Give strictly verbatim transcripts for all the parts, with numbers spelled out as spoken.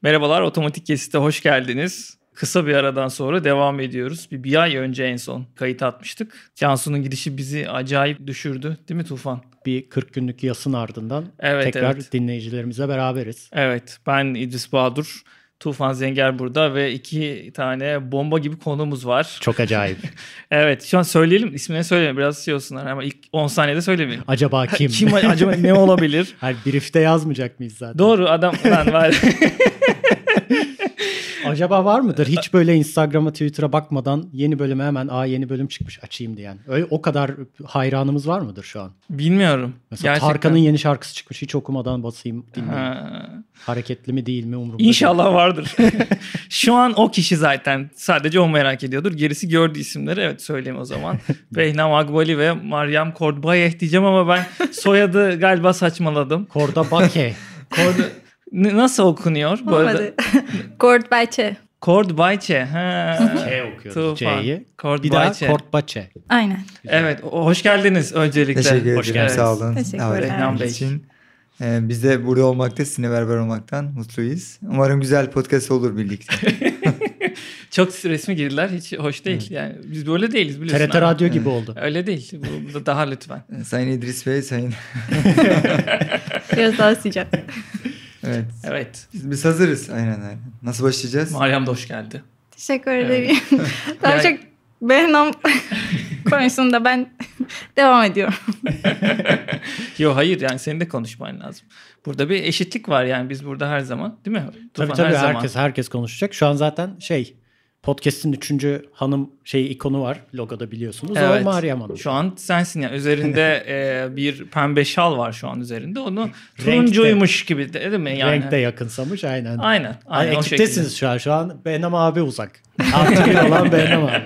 Merhabalar, Otomatik Kesit'e hoş geldiniz. Kısa bir aradan sonra devam ediyoruz. Bir, bir ay önce en son kayıt atmıştık. Cansu'nun gidişi bizi acayip düşürdü. Değil mi Tufan? Bir kırk günlük yasın ardından evet, tekrar evet. dinleyicilerimizle beraberiz. Evet, ben İdris Bahadur, Tufan Zenger burada ve iki tane bomba gibi konuğumuz var. Çok acayip. Evet, şu an söyleyelim, ismini söyleyelim, biraz şey olsunlar ama ilk on saniyede söylemeyelim. Acaba kim? Kim acaba, ne olabilir? Hayır, brief'te yazmayacak mıyız zaten? Doğru, adam lan var. Acaba var mıdır? Hiç böyle Instagram'a, Twitter'a bakmadan yeni bölüme hemen aa yeni bölüm çıkmış açayım diyen. Öyle o kadar hayranımız var mıdır şu an? Bilmiyorum. Mesela gerçekten. Tarkan'ın yeni şarkısı çıkmış. Hiç okumadan basayım dinleyeyim. Ha. Hareketli mi değil mi umurumda İnşallah değil. vardır. Şu an o kişi zaten. Sadece o merak ediyordur. Gerisi gördüğü isimleri evet söyleyeyim o zaman. Behnam Agbali ve Meryem Kordbayeh diyeceğim ama ben soyadı galiba saçmaladım. Kordabake. Kord Nasıl okunuyor? Bu arada? Kordbayçe. Kordbayçe. Ha. K okuyoruz C'yi. Bir daha Kordbayçe. Aynen. Güzel. Evet, hoş geldiniz öncelikle. Teşekkür ederim. Hoş geldiniz. Sağ olun. Teşekkürler. Behnam Bey. için. Ee, biz de burada olmakta, sizinle beraber olmaktan mutluyuz. Umarım güzel podcast olur birlikte. Çok resmi girdiler. Hiç hoş değil. Yani biz böyle değiliz biliyorsun. T R T ama. Radyo gibi oldu. Öyle değil. Bu daha lütfen. Sayın İdris Bey, sayın. Biraz daha sıcak. Evet. Evet. Biz, biz hazırız. Aynen aynen. Nasıl başlayacağız? Meryem de hoş geldi. Teşekkür ederim. Evet. Daha yani... çok Behnam konusunda ben devam ediyorum. Yok hayır, yani senin de konuşman lazım. Burada bir eşitlik var yani, biz burada her zaman, değil mi? Tabii Tufan, tabii her herkes zaman. herkes konuşacak. Şu an zaten şey podcast'in üçüncü hanım şey ikonu var logoda, biliyorsunuz. Evet. O Meryem Hanım. Şu an sensin ya. Üzerinde e, bir pembe şal var şu an üzerinde. Onu turuncuymuş gibi de, değil mi? Yani. Renk de yakınsamış aynen. Aynen. aynen Ay, ekiptesiniz şu an. Şu an Behnam abi uzak. Artı bir olan Behnam abi.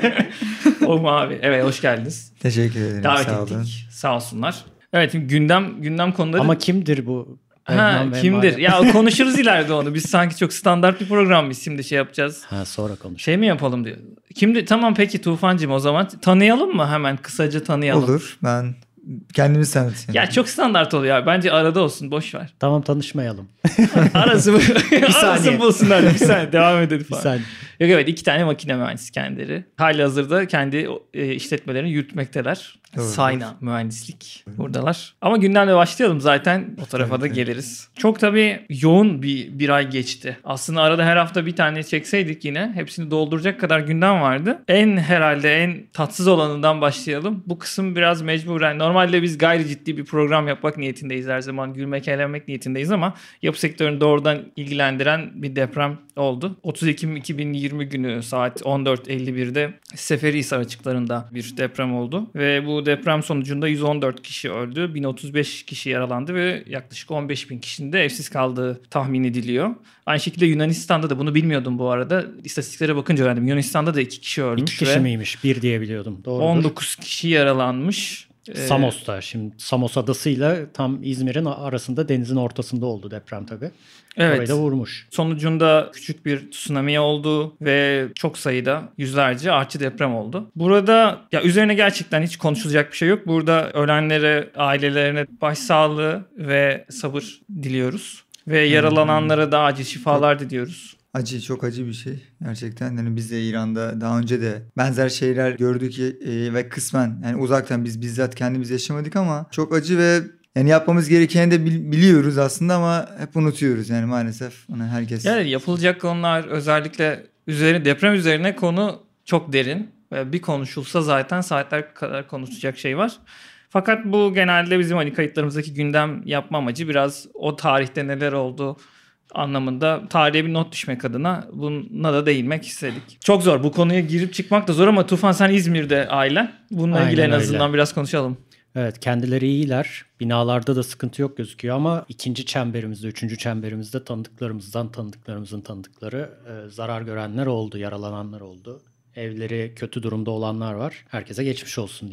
O mavi. Evet, hoş geldiniz. Teşekkür ederim. Davet sağ ettik. olun. Sağ olsunlar. Evet, gündem gündem konuları. Ama kimdir bu? Ha, kimdir? Ya konuşuruz ileride onu. Biz sanki çok standart bir program biz şimdi şey yapacağız. Ha, sonra konuş. Şey mi yapalım diyor. Kimdi? Tamam peki Tufancığım, o zaman tanıyalım mı? Hemen kısaca tanıyalım. Olur. Ben kendimi tanıtayım. Ya çok standart oluyor abi. Bence arada olsun. Boş ver. Tamam, tanışmayalım. Arası, bir arası bulsunlar. Bir saniye devam edelim falan. Bir saniye. Yok evet, iki tane makine mühendisi kendileri. Halihazırda kendi e, işletmelerini yürütmekteler. Doğru. Sayna mühendislik buradalar. Ama gündemle başlayalım, zaten o tarafa da geliriz. Çok tabii yoğun bir bir ay geçti. Aslında arada her hafta bir tane çekseydik yine hepsini dolduracak kadar gündem vardı. En herhalde en tatsız olanından başlayalım. Bu kısım biraz mecburen. Normalde biz gayri ciddi bir program yapmak niyetindeyiz her zaman. Gülmek, eğlenmek niyetindeyiz ama yapı sektörünü doğrudan ilgilendiren bir deprem oldu. otuz Ekim iki bin yirmi günü saat on dört elli birde Seferihisar açıklarında bir deprem oldu. Ve bu deprem sonucunda yüz on dört kişi öldü, bin otuz beş kişi yaralandı ve yaklaşık on beş bin kişinin de evsiz kaldığı tahmin ediliyor. Aynı şekilde Yunanistan'da da, bunu bilmiyordum bu arada, İstatistiklere bakınca öğrendim. Yunanistan'da da iki kişi ölmüş. İki kişi ve miymiş? Bir diye biliyordum. Doğrudur. on dokuz kişi yaralanmış. Samos'ta. Şimdi Samos adasıyla tam İzmir'in arasında, denizin ortasında oldu deprem tabii. Evet. Orayı da vurmuş. Sonucunda küçük bir tsunami oldu ve çok sayıda yüzlerce artçı deprem oldu. Burada ya üzerine gerçekten hiç konuşulacak bir şey yok. Burada ölenlere, ailelerine başsağlığı ve sabır diliyoruz. Ve yaralananlara da acil şifalar diliyoruz. Acı, çok acı bir şey gerçekten. Yani biz de İran'da daha önce de benzer şeyler gördük e, ve kısmen yani uzaktan biz bizzat kendimiz yaşamadık ama çok acı ve yani yapmamız gerekeni de biliyoruz aslında ama hep unutuyoruz yani maalesef. Ona herkes. Yani yapılacak konular, özellikle üzerine deprem üzerine konu çok derin ve bir konuşulsa zaten saatler kadar konuşacak şey var. Fakat bu genelde bizim hani kayıtlarımızdaki gündem yapma amacı biraz o tarihte neler oldu anlamında tarihe bir not düşmek adına buna da değinmek istedik. Çok zor, bu konuya girip çıkmak da zor ama Tufan, sen İzmir'de ailen. Bununla Aynen ilgili en öyle. azından biraz konuşalım. Evet, kendileri iyiler. Binalarda da sıkıntı yok gözüküyor ama ikinci çemberimizde, üçüncü çemberimizde tanıdıklarımızdan tanıdıklarımızın tanıdıkları e, zarar görenler oldu, yaralananlar oldu. Evleri kötü durumda olanlar var. Herkese geçmiş olsun diyelim.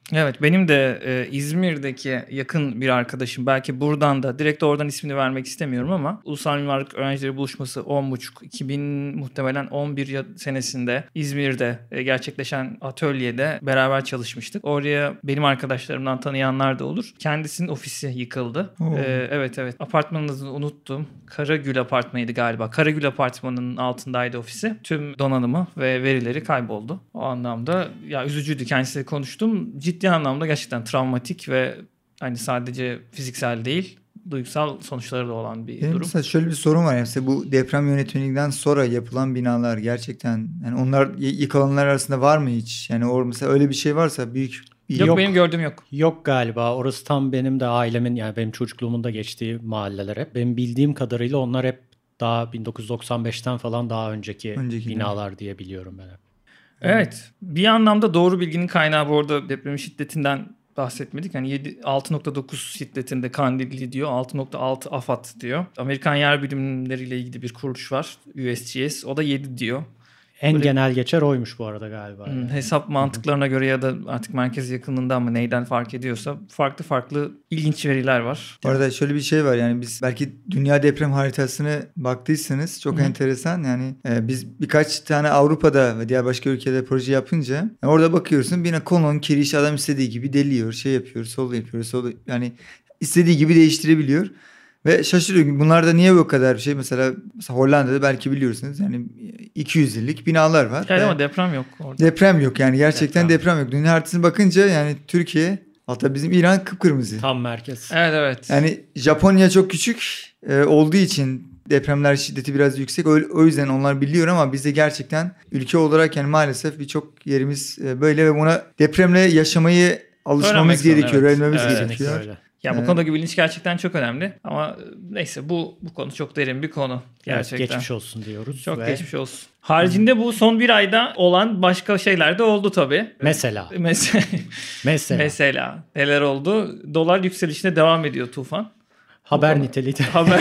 Evet, benim de e, İzmir'deki yakın bir arkadaşım, belki buradan da direkt oradan ismini vermek istemiyorum ama Ulusal Mimarlık Öğrencileri Buluşması on buçuk iki bin muhtemelen on bir senesinde İzmir'de e, gerçekleşen atölyede beraber çalışmıştık. Oraya benim arkadaşlarımdan tanıyanlar da olur. Kendisinin ofisi yıkıldı. E, evet evet, apartmanın adını unuttum. Karagül Apartmanı'ydı galiba. Karagül Apartmanı'nın altındaydı ofisi. Tüm donanımı ve verileri kayboldu. O anlamda ya üzücüydü. Kendisiyle konuştum. Ciddi anlamda gerçekten travmatik ve hani sadece fiziksel değil, duygusal sonuçları da olan bir Benim durum. mesela şöyle bir sorun var. Yani mesela bu deprem yönetmeliğinden sonra yapılan binalar gerçekten, yani onlar y- yıkılanlar arasında var mı hiç? Yani or mesela öyle bir şey varsa büyük bir... Yok, Yok. benim gördüğüm yok. Yok galiba. Orası tam benim de ailemin, yani benim çocukluğumun da geçtiği mahalleler hep. Benim bildiğim kadarıyla onlar hep daha bin dokuz yüz doksan beşten falan daha önceki, Önceki binalar diye biliyorum ben hep. Evet. Bir anlamda doğru bilginin kaynağı bu arada depremin şiddetinden bahsetmedik. Yani yedi, altı nokta dokuz şiddetinde Kandilli diyor. altı nokta altı AFAD diyor. Amerikan Yer Bilimleri ile ilgili bir kuruluş var. U S G S. O da yedi diyor. En Böyle- genel geçer oymuş bu arada galiba. Hmm, yani. hesap mantıklarına göre ya da artık merkez yakınlığından mı neyden fark ediyorsa farklı farklı ilginç veriler var. Bu arada şöyle bir şey var, yani biz belki dünya deprem haritasını baktıysanız çok Hı. enteresan. Yani e, biz birkaç tane Avrupa'da ve diğer başka ülkelerde proje yapınca yani orada bakıyorsun bir kolon kiriş adam istediği gibi deliyor, şey yapıyor, sol yapıyor, sol, yani istediği gibi değiştirebiliyor. Ve şaşırıyor. Bunlarda niye bu kadar bir şey? Mesela, mesela Hollanda'da belki biliyorsunuz yani iki yüz yıllık binalar var. Yani Ve ama deprem yok orada. deprem yok yani, gerçekten Deprem. deprem yok. Dünya haritasına bakınca yani Türkiye, hatta bizim İran kıpkırmızı. Tam merkez. Evet evet. Yani Japonya çok küçük e, olduğu için depremler şiddeti biraz yüksek. O, o yüzden onlar biliyor ama bizde gerçekten ülke olarak yani maalesef birçok yerimiz e, böyle ve buna depremle yaşamayı alışmamız Öğrenmek zorunda, gerekiyor, evet. öğrenmemiz Evet. Kesinlikle gerekiyor. öyle. Ya bu Evet. konudaki bilinç gerçekten çok önemli ama neyse bu bu konu çok derin bir konu Evet, gerçekten. geçmiş olsun diyoruz. Çok ve geçmiş olsun. Haricinde bu son bir ayda olan başka şeyler de oldu tabii. Mesela. Mesela, Mesela. mesela neler oldu? Dolar yükselişine devam ediyor Tufan. Haber niteliği de. Haber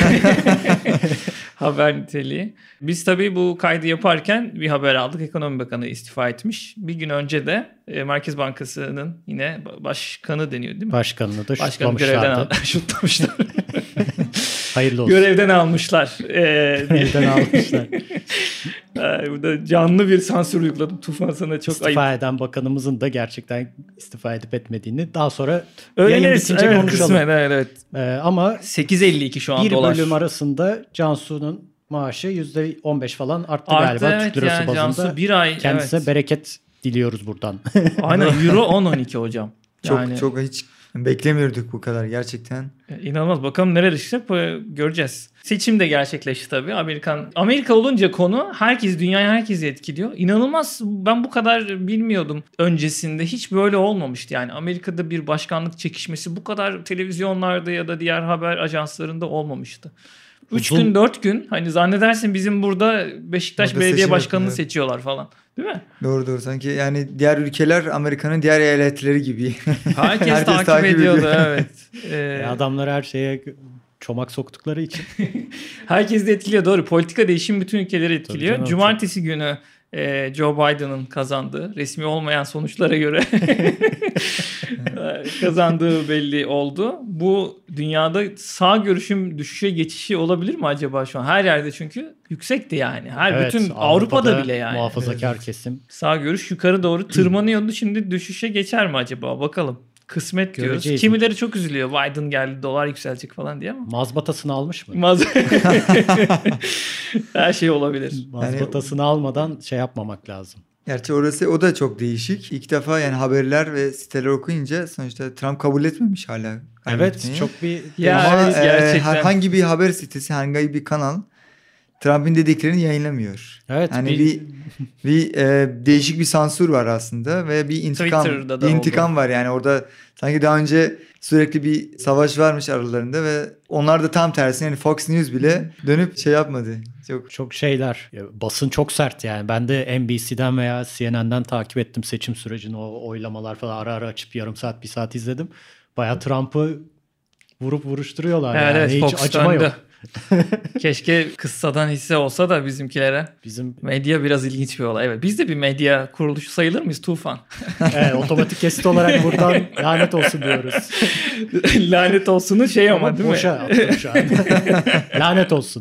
haber niteliği. Biz tabii bu kaydı yaparken bir haber aldık. Ekonomi Bakanı istifa etmiş. Bir gün önce de e, Merkez Bankası'nın yine başkanı deniyor değil mi? Başkanını da Başkanı görevden şutlamışlardı. al- şutlamışlar. Hayırlı olsun. Görevden almışlar. Ee, Görevden almışlar. Ee, burada canlı bir sansür uyguladım. Tufan sana çok İstifa ayıp. eden bakanımızın da gerçekten istifa edip etmediğini daha sonra Öyle yayın evet, bitince evet, konuşalım. kısmen, evet, evet. Ee, ama sekiz elli iki şu an bir dolar. bölüm arasında Cansu'nun maaşı yüzde on beş falan arttı, Arttı, galiba evet, Türk lirası yani bazında. Cansu bir ay, Kendisine evet. bereket diliyoruz buradan. Aynen, euro on on iki hocam. Çok Yani, çok hiç beklemiyorduk bu kadar gerçekten. İnanılmaz. Bakalım neler işleyecek göreceğiz. Seçim de gerçekleşti tabii. Amerikan Amerika olunca konu herkes, dünyayı herkesi etkiliyor. İnanılmaz. Ben bu kadar bilmiyordum öncesinde. Hiç böyle olmamıştı. Yani Amerika'da bir başkanlık çekişmesi bu kadar televizyonlarda ya da diğer haber ajanslarında olmamıştı. Üç Uzun- gün, dört gün. Hani zannedersin bizim burada Beşiktaş Burada Belediye seçim Başkanı'nı yapılıyor. seçiyorlar falan. Değil mi? Doğru doğru, sanki yani diğer ülkeler Amerika'nın diğer eyaletleri gibi. Herkes, Herkes takip, takip ediyordu. ediyor. Evet. Ee, E, Adamlar her şeye çomak soktukları için. Herkes de etkiliyor, doğru. Politika değişimi bütün ülkeleri etkiliyor. canım, Cumartesi günü e, Joe Biden'ın kazandığı, resmi olmayan sonuçlara göre kazandığı belli oldu. Bu dünyada sağ görüşüm düşüşe geçişi olabilir mi acaba şu an? Her yerde çünkü yüksekti yani. Her Evet, bütün Avrupa'da, bile yani. Muhafazakar kesim. Sağ görüş yukarı doğru tırmanıyordu. Şimdi düşüşe geçer mi acaba? Bakalım. Kısmet diyoruz. Göreceğiz. Kimileri çok üzülüyor. Biden geldi, dolar yükselecek falan diye ama. Mazbatasını almış mı? Maz- Her şey olabilir. Mazbatasını almadan şey yapmamak lazım. Gerçi orası, o da çok değişik. İlk defa yani haberler ve siteler okuyunca sonuçta Trump kabul etmemiş hala. Evet, kaybetmeyi. çok bir Ya, Ama evet, e, gerçekten. herhangi bir haber sitesi, herhangi bir kanal Trump'ın dediklerini yayınlamıyor. Evet, Yani bir- bir bir e, değişik bir sansür var aslında ve bir intikam Twitter'da da bir intikam var yani orada, sanki daha önce sürekli bir savaş varmış aralarında ve onlar da tam tersi, yani Fox News bile dönüp şey yapmadı. Çok çok şeyler. Ya, basın çok sert yani. Ben de N B C'den veya C N N'den takip ettim seçim sürecini. O oylamalar falan ara ara açıp yarım saat bir saat izledim. Bayağı Trump'ı vurup vuruşturuyorlar Evet, yani. evet, Hiç Fox acıma döndü. yok. Keşke kıssadan hisse olsa da bizimkilere. Bizim Medya biraz ilginç bir olay. Evet, biz de bir medya kuruluşu sayılır mıyız Tufan? evet, otomatik kesit olarak buradan lanet olsun diyoruz. Lanet olsunun şey ama, Ama değil mi? boşa attım şu an. Lanet olsun.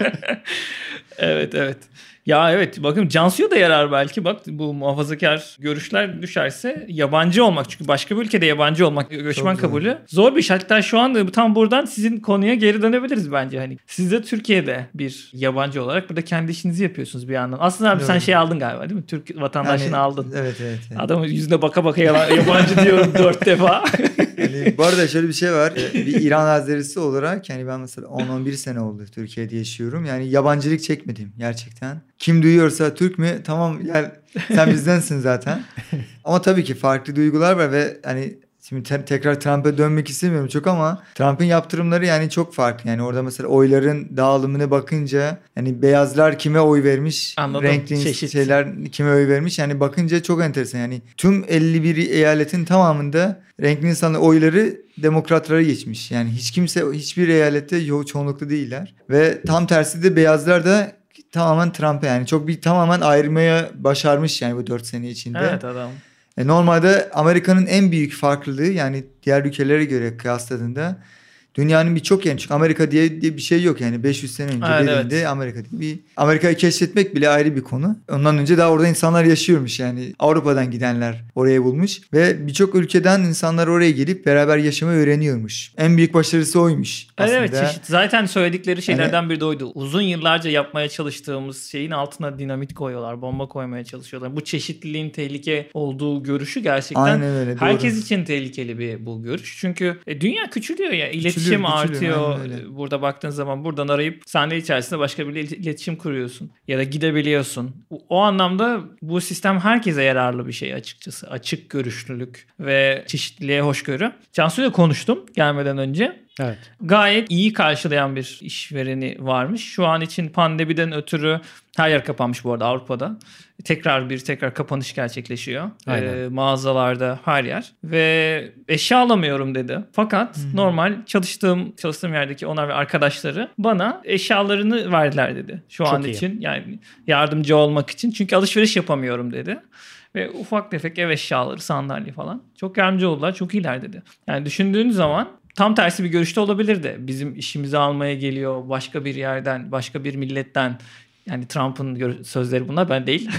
Evet evet. Ya evet, bakın Cansu'ya da yarar belki. Bak, bu muhafazakar görüşler düşerse yabancı olmak. Çünkü başka bir ülkede yabancı olmak, göçmen zor. kabulü zor bir iş. Hatta şu an tam buradan sizin konuya geri dönebiliriz bence. Hani siz de Türkiye'de bir yabancı olarak burada kendi işinizi yapıyorsunuz bir yandan. Aslında abi Doğru. sen şey aldın galiba, değil mi? Türk vatandaşlığını Yani, aldın. Evet evet. evet. Adamın yüzüne baka baka yalan, yabancı diyorum dört defa. Yani bu arada şöyle bir şey var. Ee, Bir İran Azerisi olarak yani ben mesela on on bir sene oldu Türkiye'de yaşıyorum. Yani yabancılık çekmedim gerçekten. Kim duyuyorsa Türk mü? Tamam gel, sen bizdensin zaten. Ama tabii ki farklı duygular var ve hani şimdi te- tekrar Trump'a dönmek istemiyorum çok ama Trump'ın yaptırımları yani çok farklı. Yani orada mesela oyların dağılımına bakınca yani beyazlar kime oy vermiş, Anladım. renkli Çeşit. şeyler kime oy vermiş. Yani bakınca çok enteresan. Yani tüm elli bir eyaletin tamamında renkli insanların oyları demokratlara geçmiş. Yani hiç kimse hiçbir eyalette yo- çoğunluklu değiller. Ve tam tersi de beyazlar da tamamen Trump'a yani çok bir tamamen ayırmaya başarmış yani bu dört sene içinde. Evet adam. E, normalde Amerika'nın en büyük farklılığı yani diğer ülkelere göre kıyasladığında dünyanın birçok yerinde, çünkü Amerika diye, diye bir şey yok yani beş yüz sene önce Evet, dediğinde evet. Amerika diye bir Amerika'yı keşfetmek bile ayrı bir konu. Ondan önce daha orada insanlar yaşıyormuş yani Avrupa'dan gidenler oraya bulmuş ve birçok ülkeden insanlar oraya gelip beraber yaşamayı öğreniyormuş. En büyük başarısı oymuş Evet, aslında. evet, çeşit. Zaten söyledikleri şeylerden biri de oydu. Uzun yıllarca yapmaya çalıştığımız şeyin altına dinamit koyuyorlar, bomba koymaya çalışıyorlar. Bu çeşitliliğin tehlike olduğu görüşü gerçekten Aynen öyle, doğru. herkes için tehlikeli bir bu görüş. Çünkü e, dünya küçülüyor ya, iletişim küçülüyor, artıyor. aynen öyle. Burada baktığın zaman buradan arayıp sahne içerisinde başka biriyle il- iletişim kuruyorsun ya da gidebiliyorsun. O, o anlamda bu sistem herkese yararlı bir şey açıkçası. Açık görüşlülük ve çeşitliliğe hoşgörü. Cansu'yla konuştum gelmeden önce. Evet. Gayet iyi karşılayan bir işvereni varmış. Şu an için pandemiden ötürü her yer kapanmış bu arada Avrupa'da. Tekrar bir tekrar kapanış gerçekleşiyor. Aynen. Ee, mağazalarda her yer. Ve eşya alamıyorum dedi. Fakat normal çalıştığım çalıştığım yerdeki onlar ve arkadaşları bana eşyalarını verdiler dedi. Şu Çok an iyi. için yani yardımcı olmak için. Çünkü alışveriş yapamıyorum dedi. Ve ufak tefek ev eşyaları, sandalye falan. Çok yardımcı oldular. Çok iyiler dedi. Yani düşündüğün zaman tam tersi bir görüşte olabilirdi. Bizim işimizi almaya geliyor başka bir yerden, başka bir milletten. Yani Trump'ın gör- sözleri bunlar, ben değil.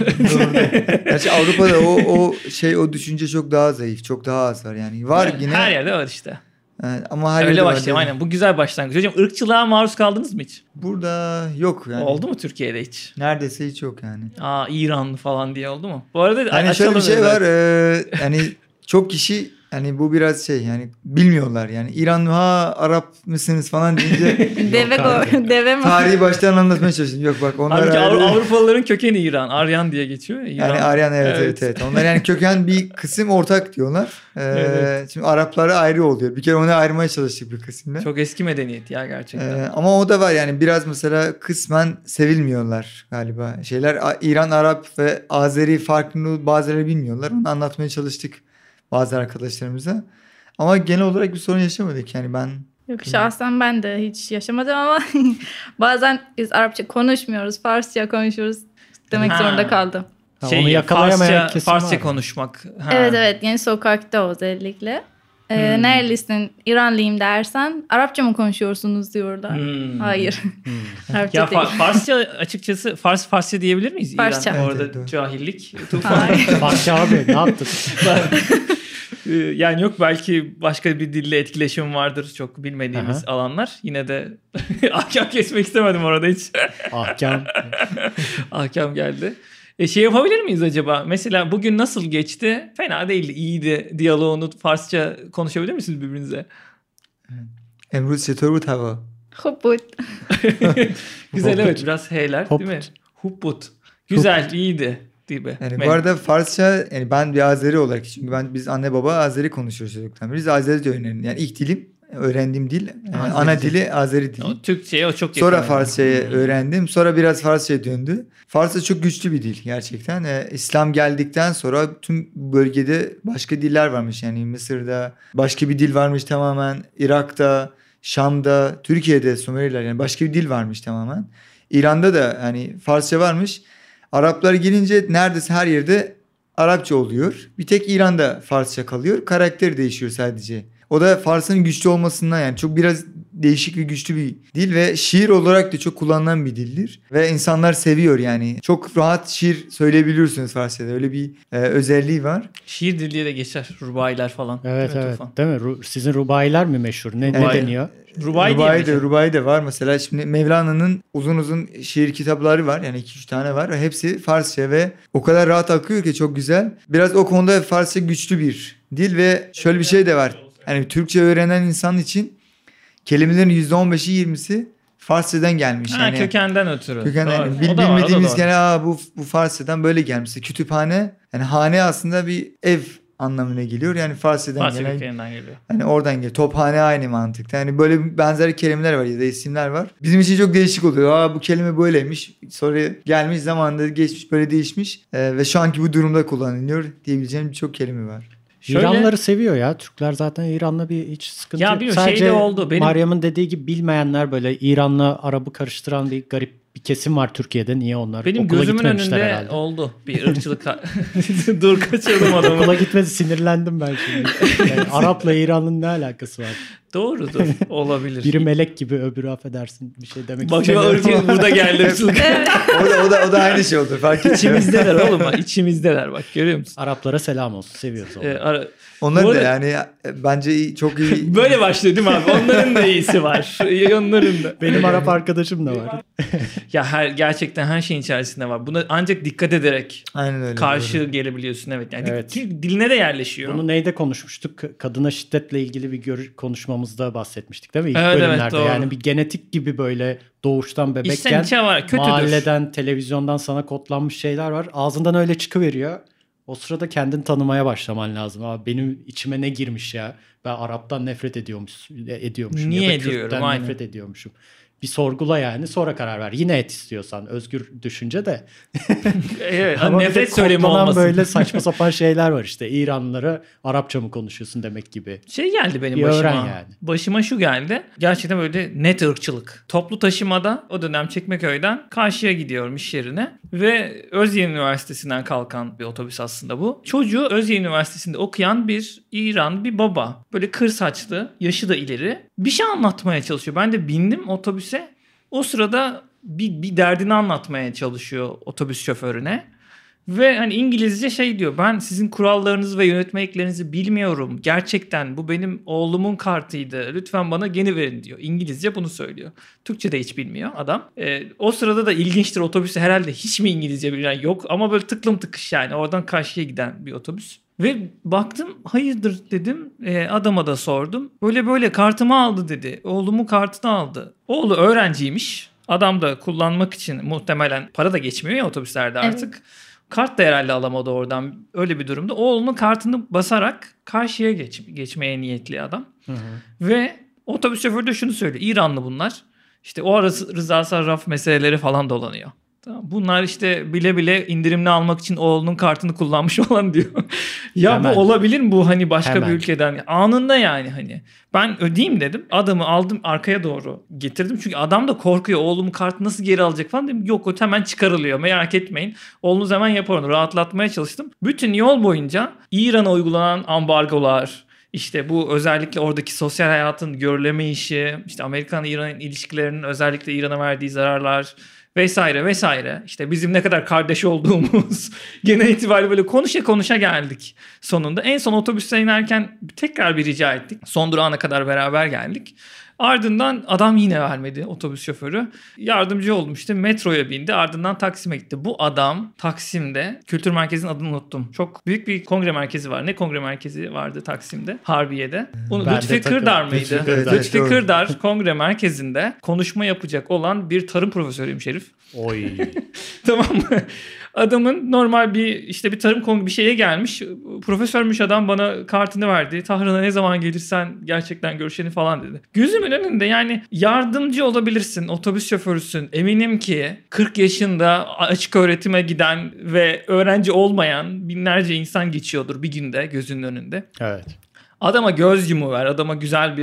Gerçi Avrupa'da o o şey o düşünce çok daha zayıf, çok daha az var yani. Var yine. Her yerde var işte. Evet, ama her Öyle yerde var başlayalım değil. aynen. Bu güzel başlangıç. Hocam, ırkçılığa maruz kaldınız mı hiç? Burada yok yani. Oldu mu Türkiye'de hiç? Neredeyse hiç yok yani. Aa, İranlı falan diye oldu mu? Bu arada Hani şöyle bir açalım şey var. evet. E, hani çok kişi hani bu biraz şey yani bilmiyorlar yani. İranlı ha Arap mısınız falan deyince Deve go, deve mi? tarihi baştan anlatmaya çalışıyorum. Yok bak onlar Halbuki ayrı- Avru- Avrupalıların kökeni İran. Aryan diye geçiyor ya. İran. yani Aryan evet, evet Evet. evet Onlar yani köken bir kısım ortak diyorlar. Ee, Evet. Şimdi Araplara ayrı oluyor. Bir kere onu ayırmaya çalıştık bir kısımda. Çok eski medeniyet ya gerçekten. Ee, ama o da var yani biraz mesela kısmen sevilmiyorlar galiba. Şeyler A- İran, Arap ve Azeri farkını bazıları bilmiyorlar. Onu anlatmaya çalıştık bazı arkadaşlarımıza. Ama genel olarak bir sorun yaşamadık yani ben. Yok, şahsen ben de hiç yaşamadım ama bazen biz Arapça konuşmuyoruz, Farsça konuşuyoruz demek Ha. zorunda kaldım. Ha, Şey, onu yakalayamayan Farsça, kesim Farsça var. konuşmak. Ha. Evet evet, yeni sokakta özellikle. Ee, Hmm. Nerelisin? İranlıyım dersen Arapça mı konuşuyorsunuz diyorlar. Hmm. Hayır. Arapça Ya değil. Fa- Farsça açıkçası Fars Farsça diyebilir miyiz? Farsça. İran, orada Evet, evet, cahillik. Tufan. Hayır. Bahçe abi ne yaptın? Ee, Yani yok, belki başka bir dille etkileşim vardır, çok bilmediğimiz Aha. alanlar. Yine de ahkam kesmek istemedim orada hiç. Ahkam. Ahkam geldi. E şey yapabilir miyiz acaba? Mesela bugün nasıl geçti? Fena değildi, iyiydi. Diyaloğunu Farsça konuşabilir misiniz birbirinize? Emruz Çetorut hava. Hubut. Güzel, Hoput. evet, biraz heyler değil mi? Hoput. Hubbut. Güzel, iyiydi gibi. Yani Men- bu arada Farsça yani ben bir Azeri olarak çünkü ben biz anne baba Azeri konuşuyoruz çocuktan beri. Biz Azerice öğrenelim. Yani ilk dilim öğrendiğim dil yani Azerice. ana dili Azeri dili. O Türkçe'ye o çok yakın. Sonra yani. Farsçayı Hmm. öğrendim. Sonra biraz Farsçaya döndü. Farsça çok güçlü bir dil gerçekten. Ee, İslam geldikten sonra tüm bölgede başka diller varmış. Yani Mısır'da başka bir dil varmış tamamen. Irak'ta, Şam'da, Türkiye'de Sumeriler yani başka bir dil varmış tamamen. İran'da da hani Farsça varmış. Araplar gelince neredeyse her yerde Arapça oluyor. Bir tek İran'da Farsça kalıyor. Karakteri değişiyor sadece. O da Fars'ın güçlü olmasından yani çok biraz değişik ve güçlü bir dil ve şiir olarak da çok kullanılan bir dildir. Ve insanlar seviyor yani. Çok rahat şiir söyleyebiliyorsunuz Farsça'da. Öyle bir e, özelliği var. Şiir diliye de geçer. Rubailer falan. Evet evet. Tufan. Değil mi? Ru- Sizin rubailer mi meşhur? Ne, Rubai. ne deniyor? Rubai, Rubai diye de, mi? Rubai de var. Mesela şimdi Mevlana'nın uzun uzun şiir kitapları var. Yani iki üç tane var. Ve hepsi Farsça ve o kadar rahat akıyor ki çok güzel. Biraz o konuda Farsça güçlü bir dil ve şöyle bir şey de var. Yani Türkçe öğrenen insan için kelimelerin yüzde on beşi yirmisi Farsçadan gelmiş. Ha, yani kökenden ötürü. kökenden Doğru. bil, O da var, o da bilmediğimiz doğru. gene Aa, bu bu Farsçadan böyle gelmiş. Kütüphane yani hane aslında bir ev anlamına geliyor. Yani Farsçadan Farsça gelen kökeninden geliyor. hani oradan geliyor. Tophane aynı mantıkta. Yani böyle benzer kelimeler var ya da isimler var. Bizim için çok değişik oluyor. Aa bu kelime böyleymiş. Sonra gelmiş zamanında geçmiş böyle değişmiş. Ee, ve şu anki bu durumda kullanılıyor diyebileceğim birçok kelime var. Şöyle- İranlıları seviyor ya. Türkler zaten İran'la bir hiç sıkıntı Ya yok. bilmiyorum, Sadece şey de oldu. Benim- Meryem'in dediği gibi bilmeyenler böyle İran'la Arap'ı karıştıran bir garip bir kesim var Türkiye'de. Niye onlar Benim okula gözümün gitmemişler önünde herhalde. oldu bir ırkçılık. Dur kaçırdım adamı. Okula gitmesi sinirlendim ben şimdi. Yani Arap'la İran'ın ne alakası var? Doğrudur. Olabilir. Biri melek gibi öbürü affedersin bir şey demek Bak şu istemiyorum. ırkçılık burada geldi ırkçılık. O da, o da, o da aynı şey oldu. Fark etmiyor. İçimizdeler oğlum. Bak, içimizdeler bak görüyor musun? Araplara selam olsun. Seviyoruz onu. Ee, ara- Onlar Bu da arada- yani e, bence iyi- çok iyi. Böyle başlıyor değil mi abi? Onların da iyisi var. Onların da. Benim Arap arkadaşım da var. Ya her gerçekten her şeyin içerisinde var. Buna ancak dikkat ederek Aynen öyle. karşı doğru. gelebiliyorsun evet. Yani Evet. dil- diline de yerleşiyor. Bunu neyde konuşmuştuk? Kadına şiddetle ilgili bir gör- konuşmamızda bahsetmiştik değil mi? İlk Evet, evet, bölümlerde. doğru. Yani bir genetik gibi böyle doğuştan İçten bebekken içe var. Kötüdür. mahalleden, televizyondan sana kodlanmış şeyler var. Ağzından öyle çıkıveriyor. O sırada kendini tanımaya başlaman lazım. Abi benim içime ne girmiş ya? Ben Arap'tan nefret ediyormuş, ediyormuşum. Niye ya da ediyorum, Kürt'ten aynen. nefret ediyormuşum. Bir sorgula yani sonra karar ver. Yine et istiyorsan. Özgür düşünce de. Evet. Ama bir de nefret söylemi kodlanan olmasın. böyle saçma sapan şeyler var işte. İranlılara Arapça mı konuşuyorsun demek gibi. Şey geldi benim Bir başıma. öğren yani. Başıma şu geldi. Gerçekten böyle net ırkçılık. Toplu taşımada o dönem Çekmeköy'den karşıya gidiyorum iş yerine. Ve Özyeğin Üniversitesi'nden kalkan bir otobüs aslında bu. Çocuğu Özyeğin Üniversitesi'nde okuyan bir İran bir baba. Böyle kır saçlı, yaşı da ileri. Bir şey anlatmaya çalışıyor. Ben de bindim otobüse. O sırada bir, bir derdini anlatmaya çalışıyor otobüs şoförüne. Ve hani İngilizce şey diyor. Ben sizin kurallarınızı ve yönetmeliklerinizi bilmiyorum. Gerçekten bu benim oğlumun kartıydı. Lütfen bana geri verin diyor. İngilizce bunu söylüyor. Türkçe de hiç bilmiyor adam. Ee, o sırada da ilginçtir otobüse herhalde hiç mi İngilizce bilen yok. Ama böyle tıklım tıkış yani oradan karşıya giden bir otobüs. Ve baktım hayırdır dedim. Ee, adama da sordum. Böyle böyle kartımı aldı dedi. Oğlumun kartını aldı. Oğlu öğrenciymiş. Adam da kullanmak için muhtemelen para da geçmiyor ya otobüslerde artık. Evet. Kart da herhalde alamadı oradan öyle bir durumda. Oğlunun kartını basarak karşıya geç, geçmeye niyetli adam. Hı hı. Ve otobüs şoförü de şunu söylüyor. İranlı bunlar. İşte o arası Rıza Sarraf meseleleri falan dolanıyor. Tamam. Bunlar işte bile bile indirimli almak için oğlunun kartını kullanmış olan diyor. ya Hemen. bu olabilir mi bu hani başka Hemen. bir ülkeden? Anında yani hani. Ben ödeyeyim dedim. Adamı aldım arkaya doğru getirdim. Çünkü adam da korkuyor. Oğlumun kartı nasıl geri alacak falan dedim. Yok o hemen çıkarılıyor. Merak etmeyin. Oğlunuz hemen yapar onu. Rahatlatmaya çalıştım. Bütün yol boyunca İran'a uygulanan ambargolar, İşte bu özellikle oradaki sosyal hayatın görülemeyişi, işte Amerikan-İran ilişkilerinin özellikle İran'a verdiği zararlar vesaire vesaire. İşte bizim ne kadar kardeş olduğumuz genel itibariyle böyle konuşa konuşa geldik sonunda. En son otobüsten inerken tekrar bir rica ettik. Son durağına kadar beraber geldik. Ardından adam yine vermedi otobüs şoförü. Yardımcı oldum işte metroya bindi ardından Taksim'e gitti. Bu adam Taksim'de kültür merkezinin adını unuttum. Çok büyük bir kongre merkezi var. Ne kongre merkezi vardı Taksim'de? Harbiye'de. Bunu Ben de Lütfi takıldım. Kırdar mıydı? Lütfi Kırdar. Evet, Lütfi evet, Kırdar kongre merkezinde konuşma yapacak olan bir tarım profesörüymüş herif. Oy. Tamam mı? Adamın normal bir işte bir tarım konu bir şeye gelmiş. Profesörmüş adam bana kartını verdi. Tahran'a ne zaman gelirsen gerçekten görüşelim falan dedi. Gözümün önünde yani yardımcı olabilirsin. Otobüs şoförüsün. Eminim ki kırk yaşında açık öğretime giden ve öğrenci olmayan binlerce insan geçiyordur bir günde gözünün önünde. Evet. Adama göz yumu ver. Adama güzel bir